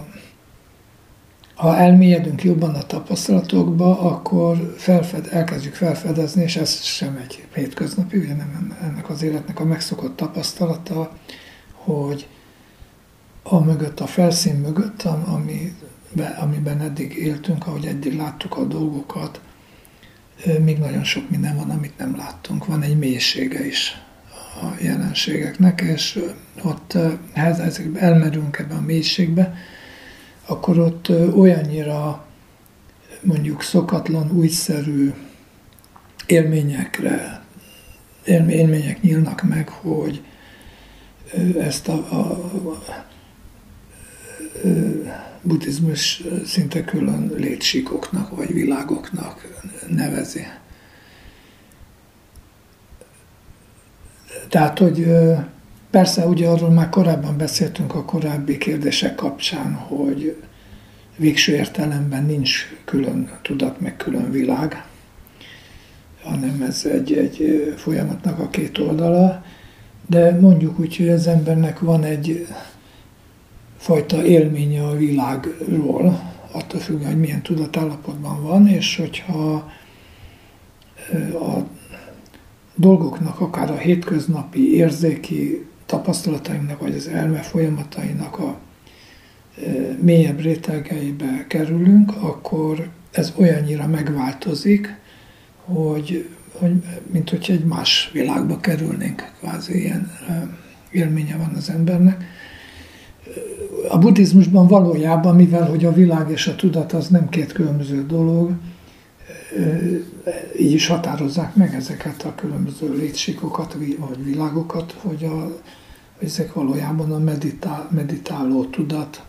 ha elmélyedünk jobban a tapasztalatokba, akkor elkezdjük felfedezni, és ez sem egy hétköznapi, ugye nem ennek az életnek a megszokott tapasztalata, hogy a felszín mögött, amiben eddig éltünk, ahogy eddig láttuk a dolgokat, még nagyon sok minden van, amit nem láttunk. Van egy mélysége is a jelenségeknek, és ott elmerülünk ebbe a mélységbe, akkor ott olyannyira mondjuk szokatlan, újszerű élmények nyílnak meg, hogy ezt a buddhizmus szinte külön létsíkoknak vagy világoknak nevezi. Tehát, hogy persze ugye arról már korábban beszéltünk a korábbi kérdések kapcsán, hogy végső értelemben nincs külön tudat, meg külön világ, hanem ez egy folyamatnak a két oldala, de mondjuk úgy, hogy az embernek van egy fajta élménye a világról, attól függően, hogy milyen tudatállapotban van, és hogyha a dolgoknak, akár a hétköznapi érzéki tapasztalatainknak, vagy az elme folyamatainak a mélyebb rétegeibe kerülünk, akkor ez olyannyira megváltozik, hogy mint hogyha egy más világba kerülnénk, kvázi ilyen élménye van az embernek. A buddhizmusban valójában, mivel hogy a világ és a tudat az nem két különböző dolog, így is határozzák meg ezeket a különböző létsíkokat, vagy világokat, hogy ezek valójában a meditáló tudat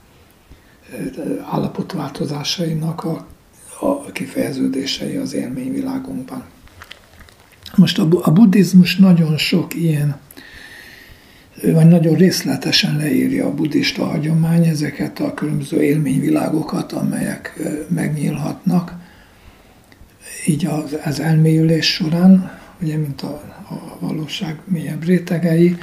állapotváltozásainak a kifejeződései az élményvilágunkban. Most a buddhizmus nagyon sok ilyen, vagy nagyon részletesen leírja a buddhista hagyomány ezeket a különböző élményvilágokat, amelyek megnyílhatnak. Így az elmélyülés során, ugye, mint a valóság mélyebb rétegei.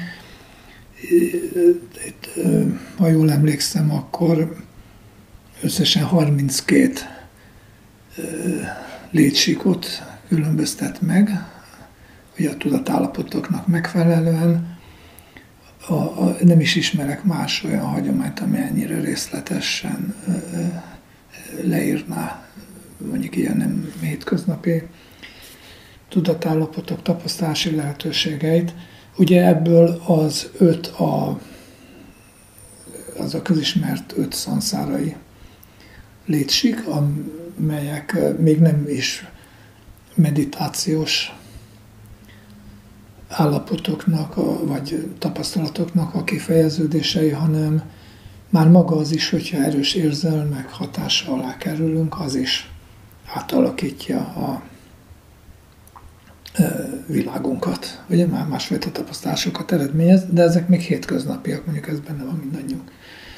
Itt, ha jól emlékszem, akkor összesen 32 létsíkot különböztet meg, ugye a tudatállapotoknak megfelelően. Nem is ismerek más olyan hagyományt, ami ennyire részletesen leírná mondjuk ilyen nem hétköznapi tudatállapotok tapasztalási lehetőségeit. Ugye ebből az az a közismert 5 szanszárai létsik, amelyek még nem is meditációs állapotoknak, vagy tapasztalatoknak a kifejeződései, hanem már maga az is, hogyha erős érzelmek hatása alá kerülünk, az is átalakítja a világunkat. Ugye már másfajta tapasztalásokat eredményez, de ezek még hétköznapiak, mondjuk ez benne van mindannyiunk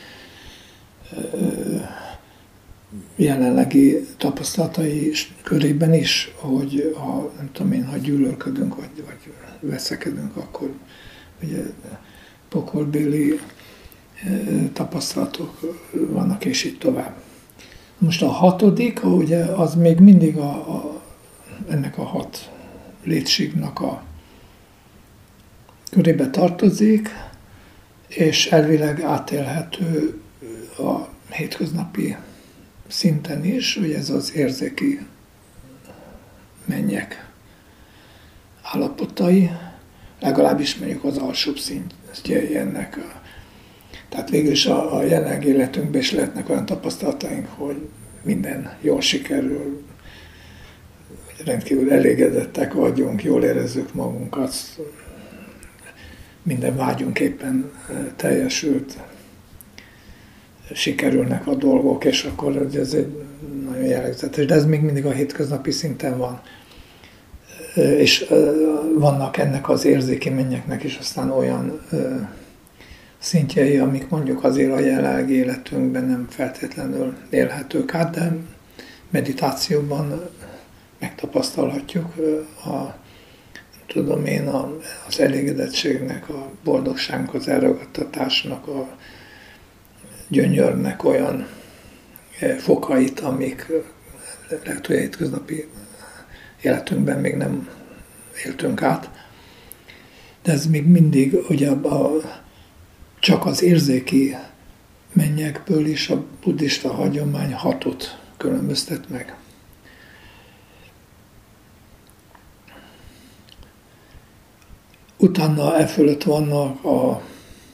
jelenlegi tapasztalatai körében is, hogy nem tudom én, ha gyűlölködünk, vagy veszekedünk, akkor ugye pokolbéli tapasztalatok vannak, és így tovább. Most a 6., ugye az még mindig ennek a 6 létségnek a körébe tartozik, és elvileg átélhető a hétköznapi szinten is, hogy ez az érzéki mennyek állapotai, legalábbis mondjuk az alsóbb szintjei ennek. Tehát végül is a jelenlegi életünkben is lehetnek olyan tapasztalataink, hogy minden jól sikerül, hogy rendkívül elégedettek vagyunk, jól érezzük magunkat, minden vágyunk éppen teljesült, sikerülnek a dolgok, és akkor ez egy nagyon jellegzetes, de ez még mindig a hétköznapi szinten van. És vannak ennek az érzéki mennyeknek is aztán olyan szintjei, amik mondjuk azért a jelenlegi életünkben nem feltétlenül élhetők át, de meditációban megtapasztalhatjuk az elégedettségnek, a boldogságnak, az elragadtatásnak, a gyönyörnek olyan fokait, amik lehet, hogy a hétköznapi életünkben még nem éltünk át. De ez még mindig ugye csak az érzéki mennyekből is a buddhista hagyomány 6 különböztet meg. Utána e fölött vannak a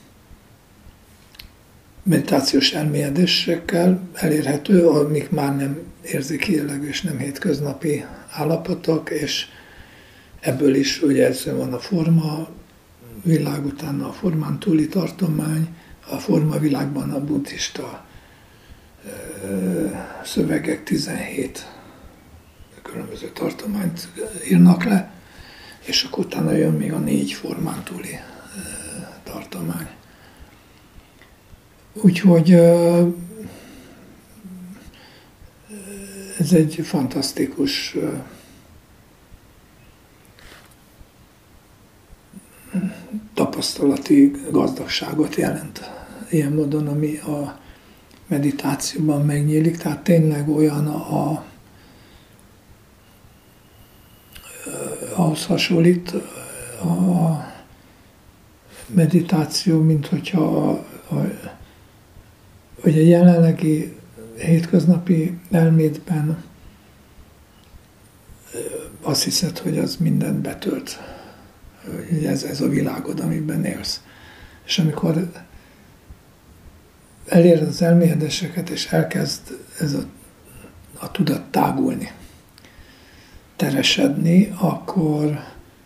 meditációs elmélyedésekkel elérhető, amik már nem érzéki jellegű és nem hétköznapi állapotok, és ebből is ugye először van a forma világ, utána a formán túli tartomány, a forma világban a buddhista szövegek 17 különböző tartományt írnak le, és akkor utána jön még a 4 formán túli tartomány. Úgyhogy ez egy fantasztikus tapasztalati gazdagságot jelent ilyen módon, ami a meditációban megnyílik, tehát tényleg olyan ahhoz hasonlít a meditáció, mint hogyha hogy a jelenlegi hétköznapi elmédben azt hiszed, hogy az mindent betölt. Ez a világod, amiben élsz. És amikor eléred az elmélyedéseket, és elkezd ez a tudat tágulni, teresedni, akkor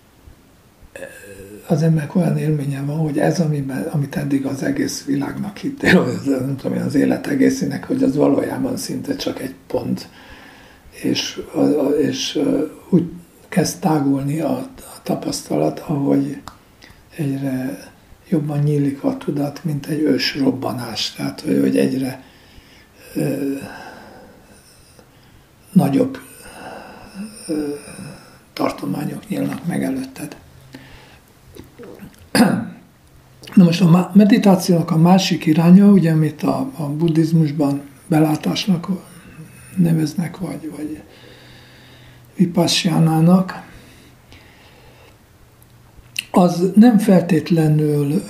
az embernek olyan élménye van, hogy ez, amit eddig az egész világnak hittél, nem tudom, az élet egészének, hogy az valójában szinte csak egy pont. És úgy kezd tágulni a tapasztalat, ahogy egyre jobban nyílik a tudat, mint egy ősrobbanás. Tehát, hogy egyre nagyobb tartományok nyílnak meg előtted. Na most a meditációnak a másik iránya, ugye, amit a buddhizmusban belátásnak neveznek, vagy vipassjánának, az nem feltétlenül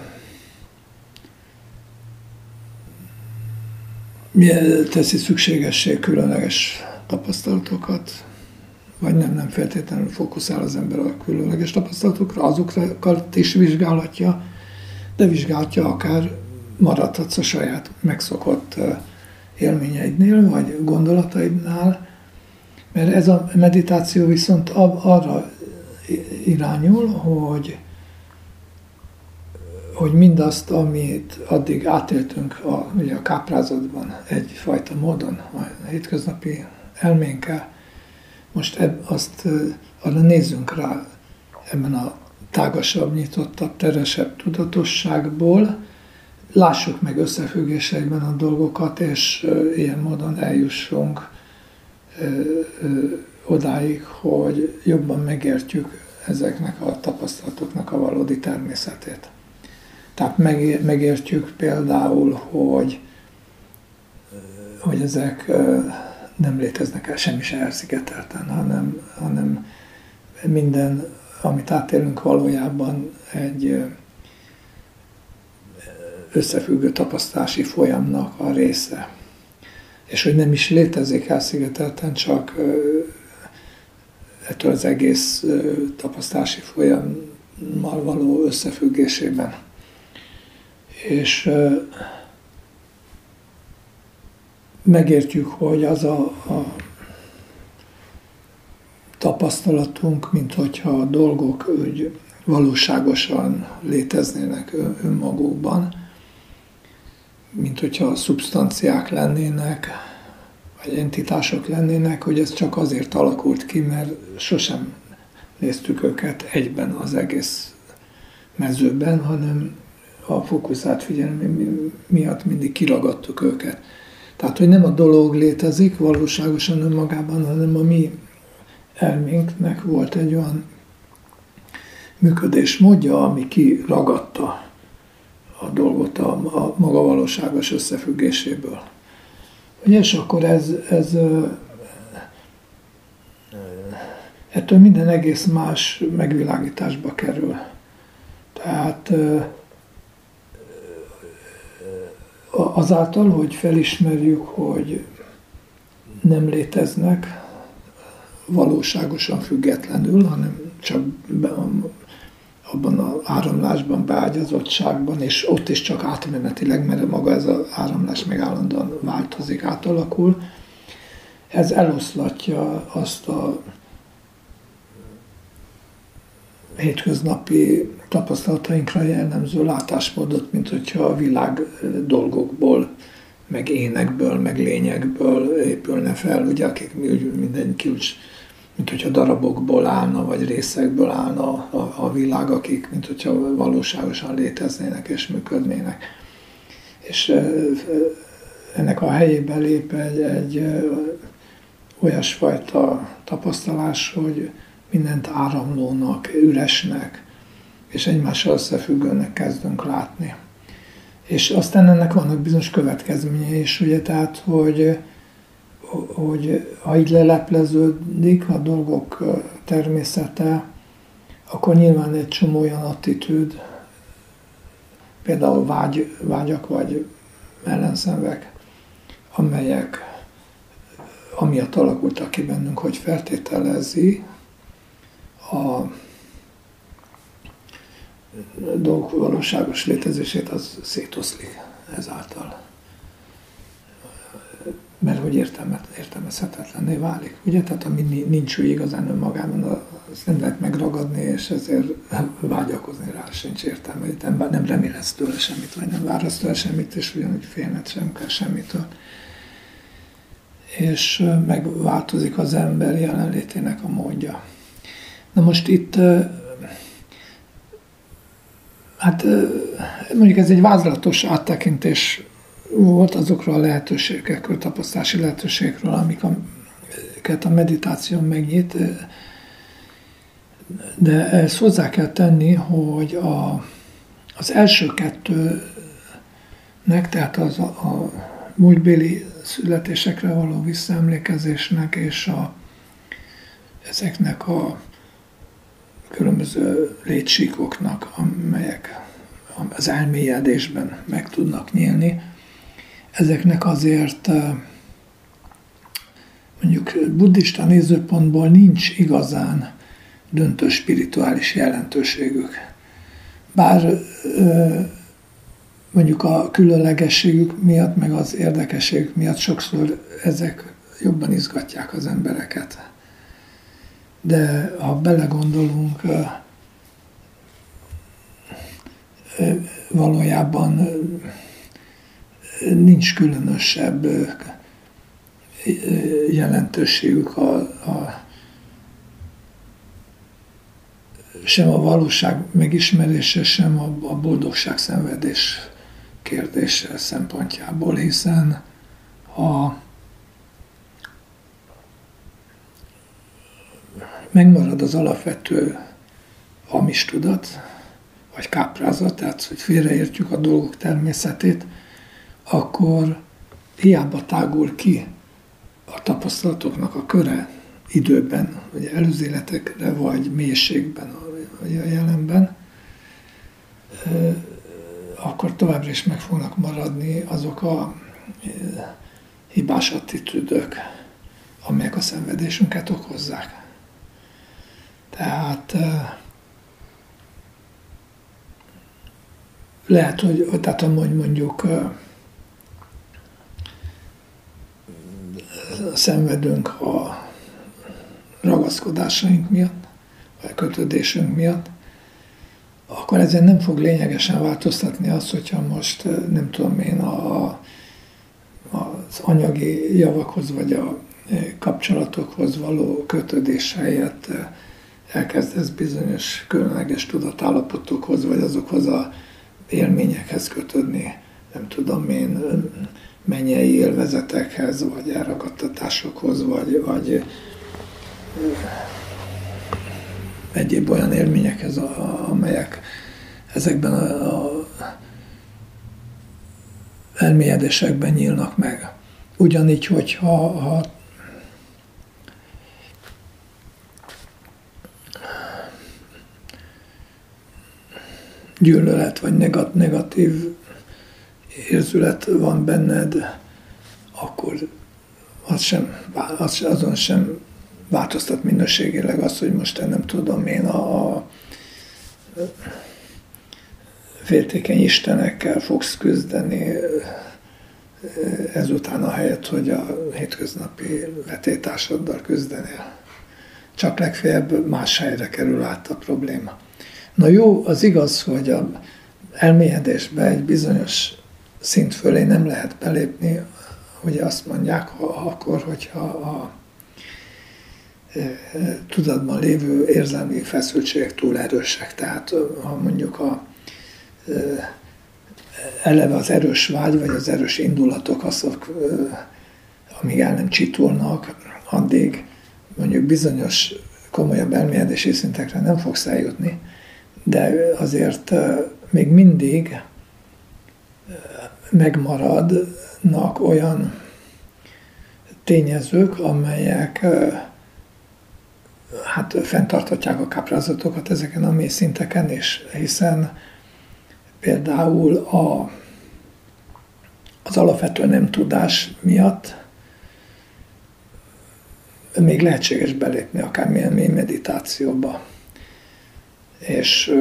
teszi szükségessé különleges tapasztalatokat, vagy nem feltétlenül fókuszál az ember a különleges tapasztalatokra, azokat is vizsgálhatja, de vizsgálhatja, akár maradhatsz a saját megszokott élményeidnél, vagy gondolataidnál, mert ez a meditáció viszont arra irányul, hogy mindazt, amit addig átéltünk ugye a káprázatban egyfajta módon, a hétköznapi elménkkel, most azt arra nézzünk rá ebben a tágasabb, nyitottabb, teresebb tudatosságból, lássuk meg összefüggéseiben a dolgokat, és ilyen módon eljussunk odáig, hogy jobban megértjük ezeknek a tapasztalatoknak a valódi természetét. Tehát megértjük például, hogy ezek nem léteznek el semmi se elszigetelten, hanem minden, amit átélünk, valójában egy összefüggő tapasztalási folyamnak a része. És hogy nem is létezik elszigetelten, csak ettől az egész tapasztalási folyammal való összefüggésében. És megértjük, hogy az a tapasztalatunk, mint hogyha a dolgok úgy valóságosan léteznének önmagukban, mint hogyha szubstanciák lennének, vagy entitások lennének, hogy ez csak azért alakult ki, mert sosem néztük őket egyben az egész mezőben, hanem a fókuszált figyelem miatt mindig kiragadtuk őket. Tehát, hogy nem a dolog létezik valóságosan önmagában, hanem a mi elménknek volt egy olyan működésmódja, ami kiragadta a dolgot a maga valóságos összefüggéséből. És akkor ez ettől minden egész más megvilágításba kerül. Tehát azáltal, hogy felismerjük, hogy nem léteznek valóságosan függetlenül, hanem csak abban az áramlásban, beágyazottságban, és ott is csak átmenetileg, mert maga ez az áramlás meg állandóan változik, átalakul. Ez eloszlatja azt a hétköznapi tapasztalatainkra jellemző látásmódot, mint hogyha a világ dolgokból, meg énekből, meg lényekből épülne fel, ugye, akik mindenki úgy, mint hogyha darabokból állna, vagy részekből állna a világ, akik, mint hogyha valóságosan léteznének és működnének. És ennek a helyébe lép egy olyasfajta tapasztalás, hogy mindent áramlónak, üresnek, és egymással összefüggőnek kezdünk látni. És aztán ennek vannak bizonyos következményei is, ugye, tehát, hogy ha így lelepleződik a dolgok természete, akkor nyilván egy csomó olyan attitűd, például vágyak vagy ellenszenvek, amelyek amiatt alakultak ki bennünk, hogy feltételezi a dolgok valóságos létezését, az szétoszlik ezáltal. Mert hogy értelmezhetetlenné válik. Ugye? Tehát ami nincs úgy igazán önmagában, azt nem lehet megragadni, és ezért vágyakozni rá sincs értelme. Nem remélhetsz tőle semmit, vagy nem várhatsz tőle semmit, és ugyanúgy félned sem kell semmitől. És megváltozik az ember jelenlétének a módja. Na most itt, hát mondjuk ez egy vázlatos áttekintés volt azokról a lehetőségekről, tapasztalási lehetőségekről, amiket a meditáció megnyit, de ezt hozzá kell tenni, hogy az első kettőnek, tehát a múltbéli születésekre való visszaemlékezésnek és ezeknek a különböző létsíkoknak, amelyek az elmélyedésben meg tudnak nyílni, ezeknek azért mondjuk buddhista nézőpontból nincs igazán döntő spirituális jelentőségük. Bár mondjuk a különlegességük miatt, meg az érdekességük miatt sokszor ezek jobban izgatják az embereket. De ha belegondolunk, valójában nincs különösebb jelentőségük sem a valóság megismerése, sem a boldogság szenvedés kérdése szempontjából, hiszen ha megmarad az alapvető hamis tudat, vagy káprázat, tehát hogy félreértjük a dolgok természetét, akkor hiába tágul ki a tapasztalatoknak a köre időben, vagy előző életekre, vagy mélységben, vagy a jelenben, akkor továbbra is meg fognak maradni azok a hibás attitűdök, amelyek a szenvedésünket okozzák. Tehát lehet, hogy mondjuk szenvedünk a ragaszkodásaink miatt, vagy a kötődésünk miatt, akkor ezen nem fog lényegesen változtatni az, hogyha most nem tudom én az anyagi javakhoz, vagy a kapcsolatokhoz való kötődés helyett elkezdesz bizonyos különleges tudatállapotokhoz, vagy azokhoz az élményekhez kötődni, nem tudom én, mennyei élvezetekhez, vagy elragadtatásokhoz, vagy egyéb olyan élményekhez, amelyek ezekben a elmélyedésekben nyílnak meg. Ugyanígy, hogyha gyűlölet vagy negatív érzület van benned, akkor azon sem változtat minőségileg az, hogy most nem tudom én a féltékeny istenekkel fogsz küzdeni ezután a helyet, hogy a hétköznapi vetétársaddal küzdenél. Csak legfeljebb más helyre kerül át a probléma. Na jó, az igaz, hogy az elmélyedésbe egy bizonyos szint fölé nem lehet belépni, ugye azt mondják, hogyha a tudatban lévő érzelmi feszültségek túl erősek. Tehát ha mondjuk eleve az erős vágy, vagy az erős indulatok azok, amíg el nem csitulnak, addig mondjuk bizonyos komolyabb elmélyedési szintekre nem fogsz eljutni, de azért még mindig megmaradnak olyan tényezők, amelyek fenntarthatják a káprázatokat ezeken a mély szinteken is, hiszen például az alapvető nem tudás miatt még lehetséges belépni akármilyen mély meditációba. És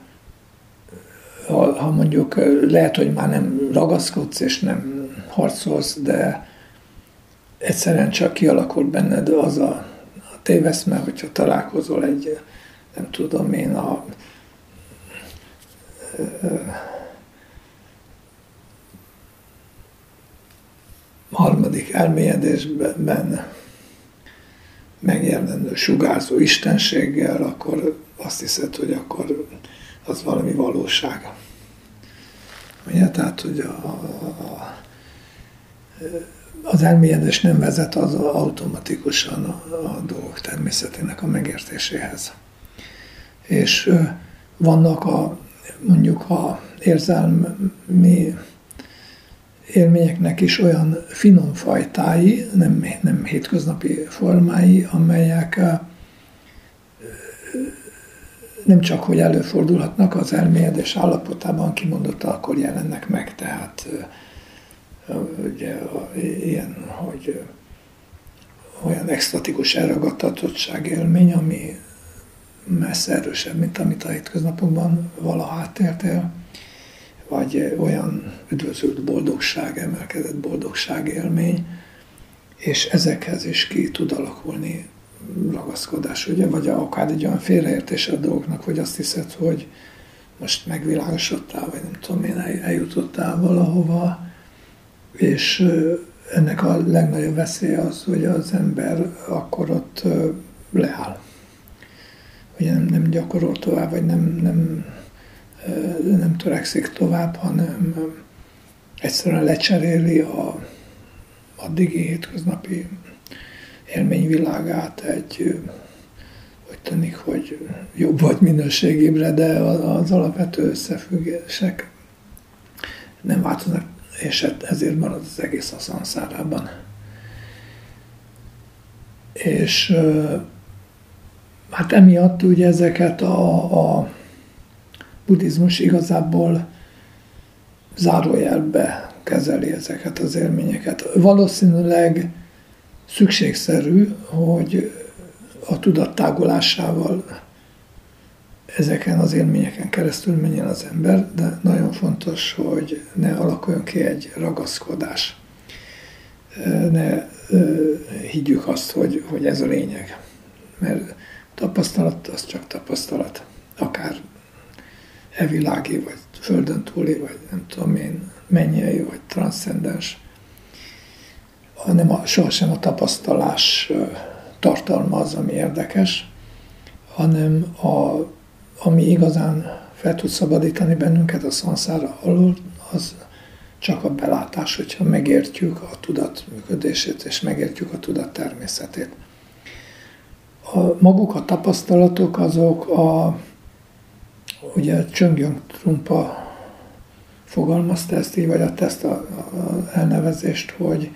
ha mondjuk lehet, hogy már nem ragaszkodsz és nem harcolsz, de egyszerűen csak kialakul benned az a téveszme, hogyha találkozol egy, nem tudom én, a harmadik elmélyedésben megjelenő sugárzó istenséggel, akkor azt hiszed, hogy akkor az valami valóság. Ugye? Tehát, hogy az elmélyedés nem vezet az automatikusan a dolgok természetének a megértéséhez. És vannak mondjuk a érzelmi élményeknek is olyan finom fajtái, nem hétköznapi formái, amelyek nem csak, hogy előfordulhatnak, az elmélyedés állapotában kimondottan akkor jelennek meg, tehát ugye ilyen, hogy olyan extatikus elragadtatottság élmény, ami messze erősebb, mint amit a hétköznapokban valaha átéltél, vagy olyan üdvözült boldogság, emelkedett boldogság élmény, és ezekhez is ki tud alakulni ragaszkodás, ugye? Vagy akár egy olyan félreértés a dolgoknak, hogy azt hiszed, hogy most megvilágosodtál, vagy nem tudom én, eljutottál valahova, és ennek a legnagyobb veszélye az, hogy az ember akkor ott leáll. Ugye nem gyakorol tovább, vagy nem törekszik tovább, hanem egyszerűen lecseréli a addigi hétköznapi élményvilágát egy, hogy tűnik, hogy jobb vagy minőségébbre, de az alapvető összefüggések nem változnak, és ezért marad az egész a szanszárában. És hát emiatt ugye ezeket a buddhizmus igazából zárójelbe kezeli ezeket az élményeket. Valószínűleg szükségszerű, hogy a tudat tágulásával ezeken az élményeken keresztül menjen az ember, de nagyon fontos, hogy ne alakuljon ki egy ragaszkodás. Ne higgyük azt, hogy ez a lényeg. Mert tapasztalat az csak tapasztalat. Akár evilági, vagy földön túli, vagy nem tudom én, mennyei, vagy transzcendens. Sohasem a tapasztalás tartalma az, ami érdekes, hanem ami igazán fel tud szabadítani bennünket a szanszára alól, az csak a belátás, hogyha megértjük a tudat működését, és megértjük a tudat természetét. Maguk a tapasztalatok azok ugye Csöngyöng Trungpa fogalmazta ezt így, vagy adta ezt a elnevezést, hogy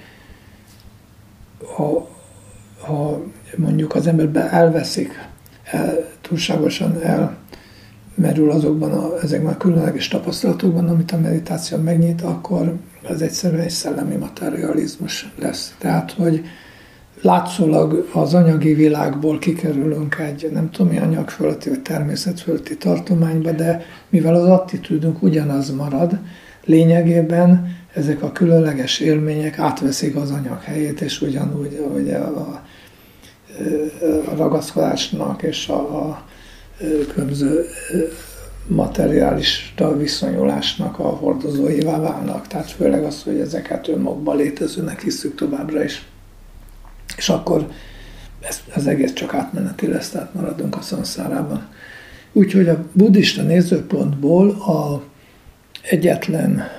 ha mondjuk az emberbe elveszik, túlságosan elmerül ezekben a különleges tapasztalatokban, amit a meditáció megnyit, akkor ez egyszerűen egy szellemi materializmus lesz. Tehát, hogy látszólag az anyagi világból kikerülünk egy nem tudom mi anyagfölötti vagy természetfölötti tartományba, de mivel az attitűdünk ugyanaz marad, lényegében ezek a különleges élmények átveszik az anyag helyét, és ugyanúgy hogy a ragaszkodásnak és a különböző materiális viszonyulásnak a hordozóivá válnak. Tehát főleg az, hogy ezeket önmagukban létezőnek hiszük továbbra is. És akkor ez egész csak átmeneti lesz, tehát maradunk a szanszárában. Úgyhogy a buddhista nézőpontból egyetlen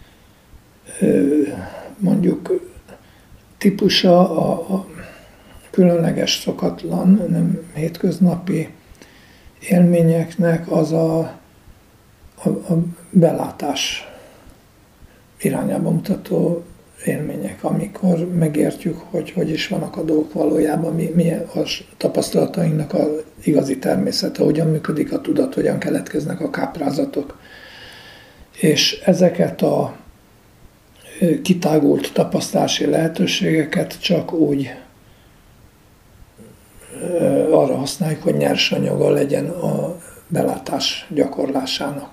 mondjuk típusa a különleges, szokatlan, nem hétköznapi élményeknek az a belátás irányába mutató élmények, amikor megértjük, hogy is vannak a dolgok valójában, mi a tapasztalatainknak az igazi természete, hogyan működik a tudat, hogyan keletkeznek a káprázatok. És ezeket a kitágult tapasztalási lehetőségeket csak úgy arra használjuk, hogy nyersanyaga legyen a belátás gyakorlásának.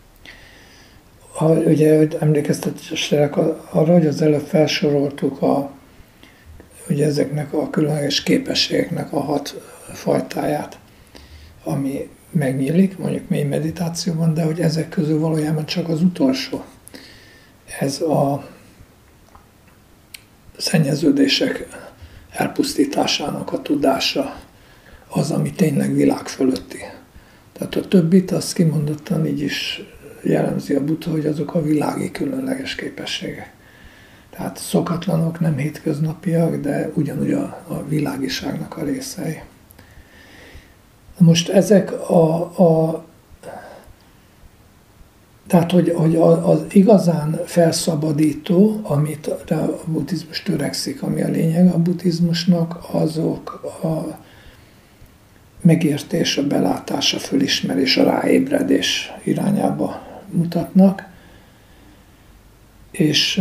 Ugye emlékeztetések arra, hogy az előbb felsoroltuk ugye ezeknek a különleges képességeknek a 6 fajtáját, ami megnyílik, mondjuk mély meditációban, de hogy ezek közül valójában csak az utolsó. Ez a szennyeződések elpusztításának a tudása az, ami tényleg világ fölötti. Tehát a többit azt kimondottan így is jellemzi a Buddha, hogy azok a világi különleges képességek. Tehát szokatlanok, nem hétköznapiak, de ugyanúgy a világiságnak a részei. Most ezek tehát, hogy az igazán felszabadító, amit a buddhizmus törekszik, ami a lényeg a buddhizmusnak, azok megértés, a belátás, a fölismerés, a ráébredés irányába mutatnak. És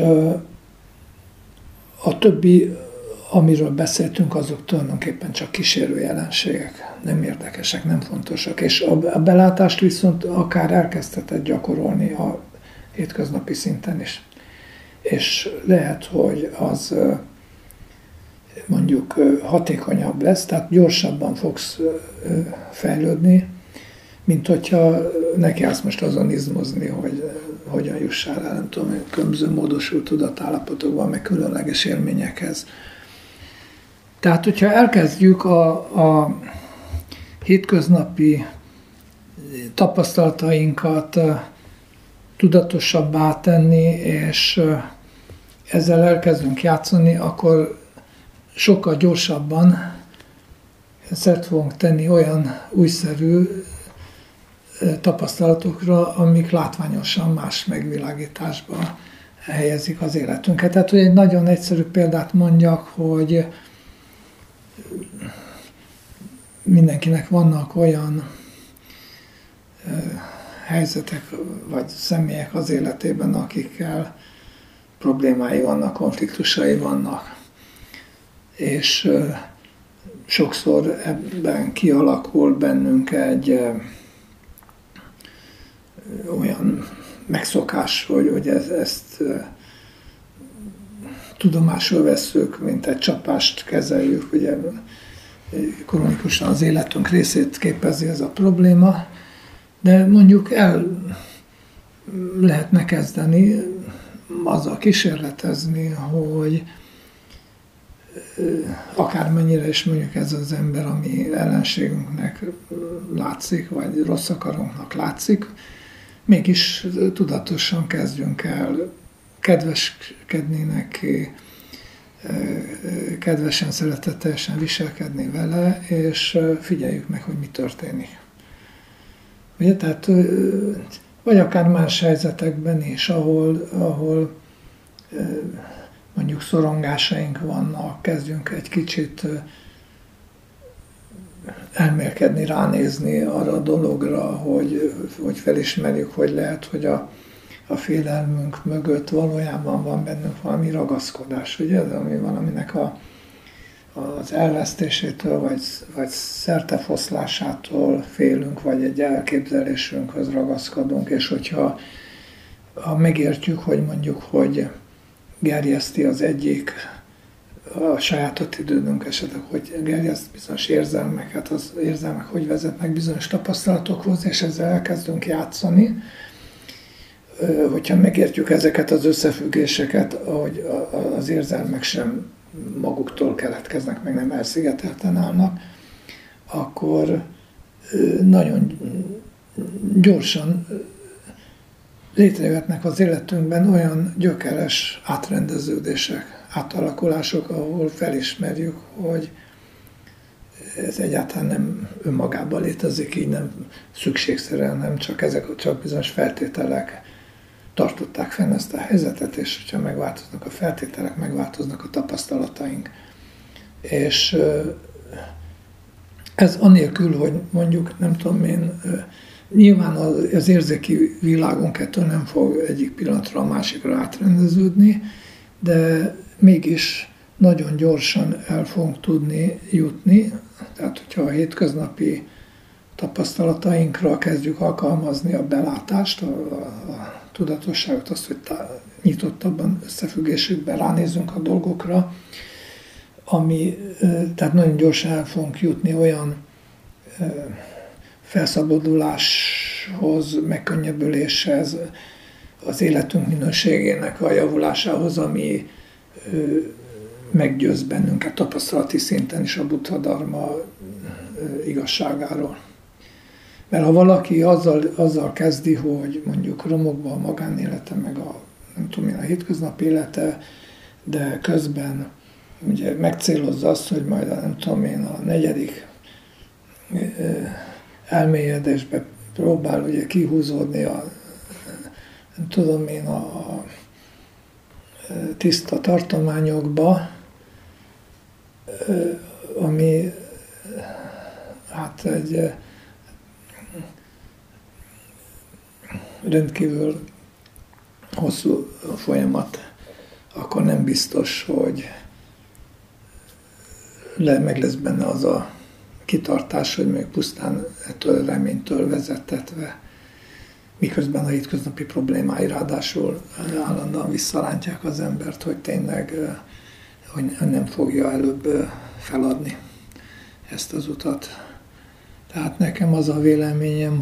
a többi, amiről beszéltünk, azok tulajdonképpen csak kísérő jelenségek, nem érdekesek, nem fontosak. És a belátást viszont akár elkezdheted gyakorolni a hétköznapi szinten is. És lehet, hogy az mondjuk hatékonyabb lesz, tehát gyorsabban fogsz fejlődni, mint hogyha nekiállsz most azon izmozni, hogy hogyan jussál el, nem tudom, különböző módosult tudatállapotokban, meg különleges élményekhez. Tehát, hogyha elkezdjük a hétköznapi tapasztalatainkat tudatosabbá tenni, és ezzel elkezdünk játszani, akkor sokkal gyorsabban szert fogunk tenni olyan újszerű tapasztalatokra, amik látványosan más megvilágításba helyezik az életünket. Tehát, hogy egy nagyon egyszerű példát mondjak, hogy mindenkinek vannak olyan helyzetek vagy személyek az életében, akikkel problémái vannak, konfliktusai vannak. És sokszor ebben kialakul bennünk egy olyan megszokás, hogy ezt tudomásul vesszük, mint egy csapást kezeljük, ugye kronikusan az életünk részét képezi ez a probléma, de mondjuk el lehetne kezdeni azzal kísérletezni, hogy akármennyire is mondjuk ez az ember, ami ellenségünknek látszik, vagy rossz akarunknak látszik, mégis tudatosan kezdjünk el kedveskedni neki, kedvesen, szeretetesen viselkedni vele, és figyeljük meg, hogy mi történik. Ugye, tehát, vagy akár más helyzetekben is, ahol mondjuk szorongásaink vannak, kezdjünk egy kicsit elmélkedni, ránézni arra a dologra, hogy felismerjük, hogy lehet, hogy a félelmünk mögött valójában van bennünk valami ragaszkodás, ugye, ami valaminek az elvesztésétől, vagy szertefoszlásától félünk, vagy egy elképzelésünkhöz ragaszkodunk, és hogyha megértjük, hogy mondjuk, hogy gerjeszti az egyik, a saját attitűdünk esetleg, hogy gerjeszt bizonyos érzelmeket, az érzelmek hogy vezetnek bizonyos tapasztalatokhoz, és ezzel elkezdünk játszani. Hogyha megértjük ezeket az összefüggéseket, ahogy az érzelmek sem maguktól keletkeznek, meg nem elszigetelten állnak, akkor nagyon gyorsan létrejöhetnek az életünkben olyan gyökeres átrendeződések, átalakulások, ahol felismerjük, hogy ez egyáltalán nem önmagában létezik, így nem szükségszerűen, nem csak bizonyos feltételek tartották fenn ezt a helyzetet, és hogyha megváltoznak a feltételek, megváltoznak a tapasztalataink. És ez anélkül, hogy mondjuk, nem tudom én, nyilván az érzéki világunk ettől nem fog egyik pillanatra a másikra átrendeződni, de mégis nagyon gyorsan el fogunk tudni jutni. Tehát, hogyha a hétköznapi tapasztalatainkra kezdjük alkalmazni a belátást, a tudatosságot, azt, hogy nyitottabban összefüggésükben ránézünk a dolgokra, tehát nagyon gyorsan el fogunk jutni olyan felszabaduláshoz, megkönnyebbüléshez, az életünk minőségének a javulásához, ami meggyőz bennünket tapasztalati szinten is a Buddha dharma igazságáról. Mert ha valaki azzal kezdi, hogy mondjuk romokba a magánélete, meg a hétköznapi élete, de közben ugye megcélozza azt, hogy majd a 4. elmélyedésbe próbál ugye kihúzódni a tiszta tartományokba, ami hát tehát egy rendkívül hosszú folyamat, akkor nem biztos, hogy meg lesz benne az a kitartás, hogy még pusztán ettől a reménytől vezettetve, miközben a hétköznapi problémái ráadásul állandóan visszarántják az embert, hogy tényleg hogy nem fogja előbb feladni ezt az utat. Tehát nekem az a véleményem,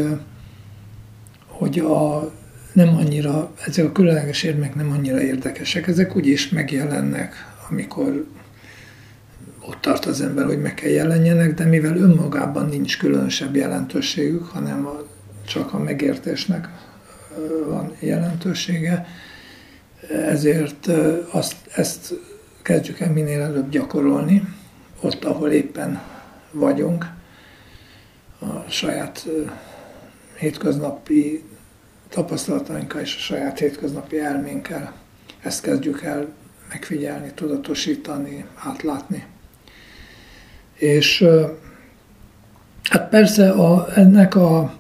hogy nem annyira, ezek a különleges érmek nem annyira érdekesek. Ezek úgyis megjelennek, amikor ott tart az ember, hogy meg kell jelenjenek, de mivel önmagában nincs különösebb jelentőségük, hanem csak a megértésnek van jelentősége, ezért ezt kezdjük el minél előbb gyakorolni, ott, ahol éppen vagyunk, a saját hétköznapi tapasztalatainkkal és a saját hétköznapi elménkkel. Ezt kezdjük el megfigyelni, tudatosítani, átlátni. És hát persze ennek a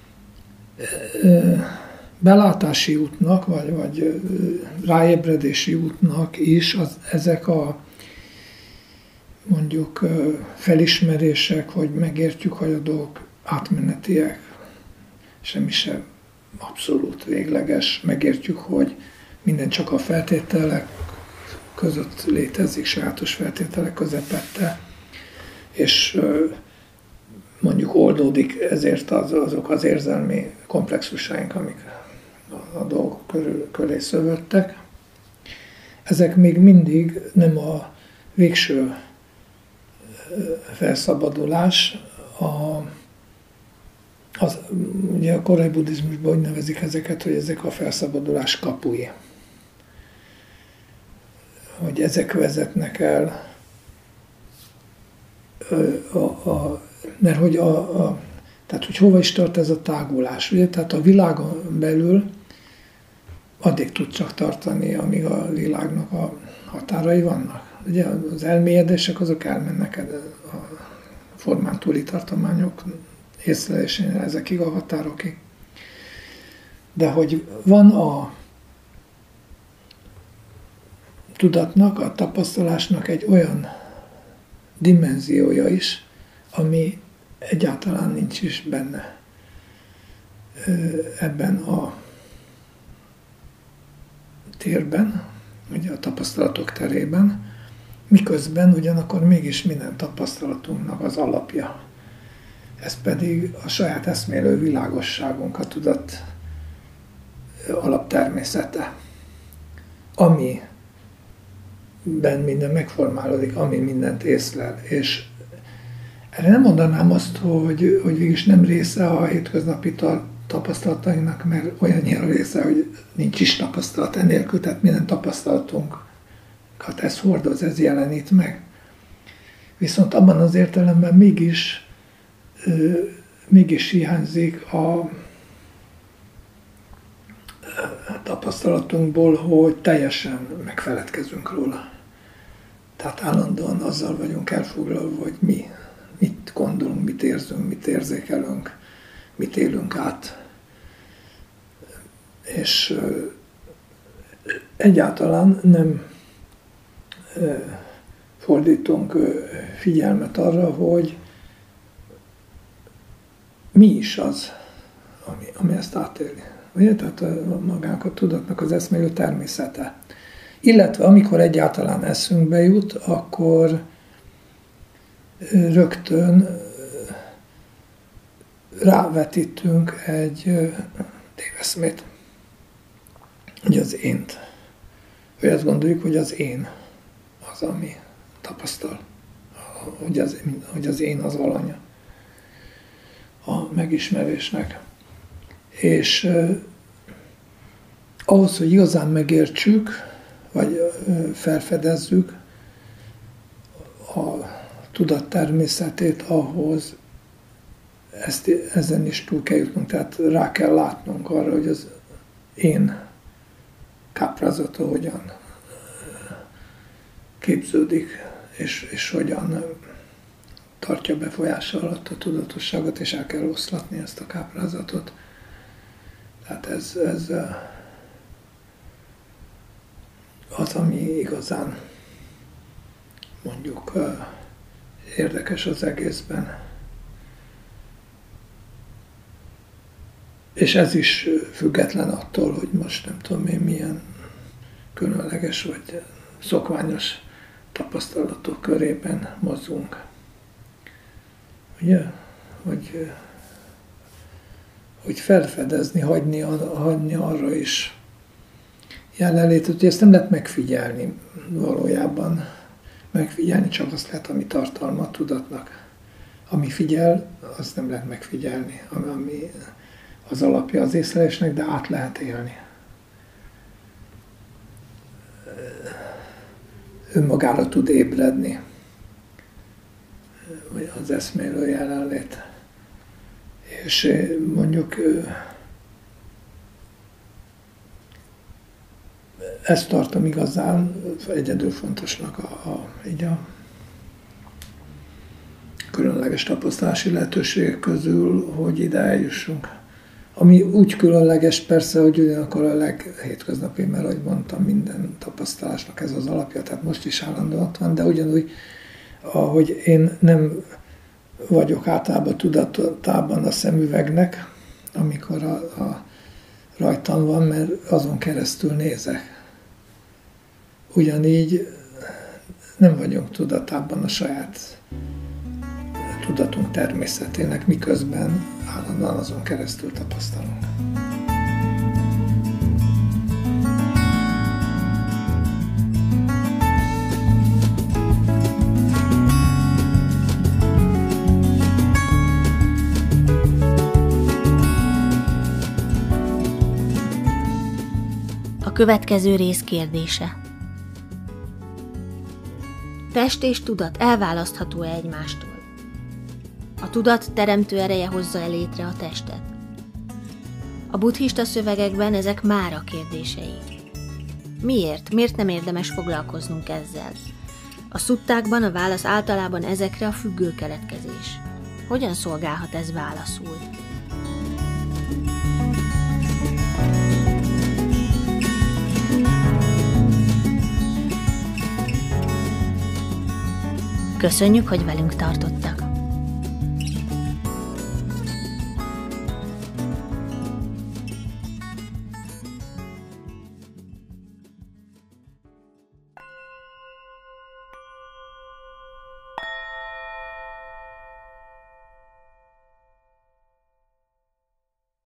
belátási útnak, vagy ráébredési útnak is ezek a mondjuk felismerések, hogy megértjük, hogy a dolgok átmenetiek, semmi sem abszolút végleges, megértjük, hogy minden csak a feltételek között létezik, sajátos feltételek közepette, és mondjuk oldódik ezért azok az érzelmi komplexusaink, amik a dolgok köré szövődtek. Ezek még mindig nem a végső felszabadulás, ugye a korai buddhizmusban úgy nevezik ezeket, hogy ezek a felszabadulás kapui. Hogy ezek vezetnek el, mert hogy tehát, hogy hova is tart ez a tágulás. Ugye? Tehát a világon belül addig tud csak tartani, amíg a világnak a határai vannak. Ugye az elmélyedések azok elmennek a formán túli tartományok észlelésén ezekig a határokig. De hogy van a tudatnak, a tapasztalásnak egy olyan dimenziója is, ami egyáltalán nincs is benne ebben a térben, ugye a tapasztalatok terében, miközben ugyanakkor mégis minden tapasztalatunknak az alapja. Ez pedig a saját eszmélő világosságunk, a tudat alaptermészete, amiben minden megformálódik, ami mindent észlel. És erre nem mondanám azt, hogy végülis nem része a hétköznapi tapasztalatainak, mert olyannyira része, hogy nincs is tapasztalat enélkül, tehát minden tapasztalatunkat ez hordoz, ez jelenít meg. Viszont abban az értelemben mégis hiányzik a tapasztalatunkból, hogy teljesen megfeledkezünk róla. Tehát állandóan azzal vagyunk elfoglalva, hogy mit gondolunk, mit érzünk, mit érzékelünk, mit élünk át. És egyáltalán nem fordítunk figyelmet arra, hogy mi is az, ami ezt átéli. Ugye? Tehát magának a tudatnak az eszmélő természete. Illetve amikor egyáltalán eszünkbe jut, akkor rögtön rávetítünk egy téveszmét, hogy az ént. Hogy azt gondoljuk, hogy az én az, ami tapasztal. Hogy az én az alanya a megismerésnek. És ahhoz, hogy igazán megértsük, vagy felfedezzük a tudat természetét, ahhoz ezen is túl kell jutnunk, tehát rá kell látnunk arra, hogy az én káprázata hogyan képződik, és hogyan tartja befolyása alatt a tudatosságot, és el kell oszlatni ezt a káprázatot. Tehát ez az, ami igazán mondjuk érdekes az egészben. És ez is független attól, hogy most nem tudom én milyen különleges vagy szokványos tapasztalatok körében mozgunk. Ugye? Hogy felfedezni, hagyni arra is jelenlétet, hogy ezt nem lehet megfigyelni valójában. Megfigyelni csak azt lehet, ami tartalma a tudatnak. Ami figyel, azt nem lehet megfigyelni. Ami az alapja az észlelésnek, de át lehet élni. Önmagára tud ébredni. Vagy az eszmélő jelenlét. És mondjuk ezt tartom igazán egyedül fontosnak a különleges tapasztalási lehetőségek közül, hogy ide eljussunk. Ami úgy különleges persze, hogy ugyanakkor a leghétköznapi, mert ahogy mondtam, minden tapasztalásnak ez az alapja, tehát most is állandóan ott van, de ugyanúgy, ahogy én nem vagyok általában tudatában a szemüvegnek, amikor a rajtam van, mert azon keresztül nézek. Ugyanígy nem vagyunk tudatában a saját tudatunk természetének, miközben állandóan azon keresztül tapasztalunk. A következő rész kérdése. Test és tudat elválasztható-e egymástól? A tudat teremtő ereje hozza el létre a testet. A buddhista szövegekben ezek mára kérdései. Miért? Miért nem érdemes foglalkoznunk ezzel? A szuttákban a válasz általában ezekre a függő keletkezés. Hogyan szolgálhat ez válaszul? Köszönjük, hogy velünk tartottak!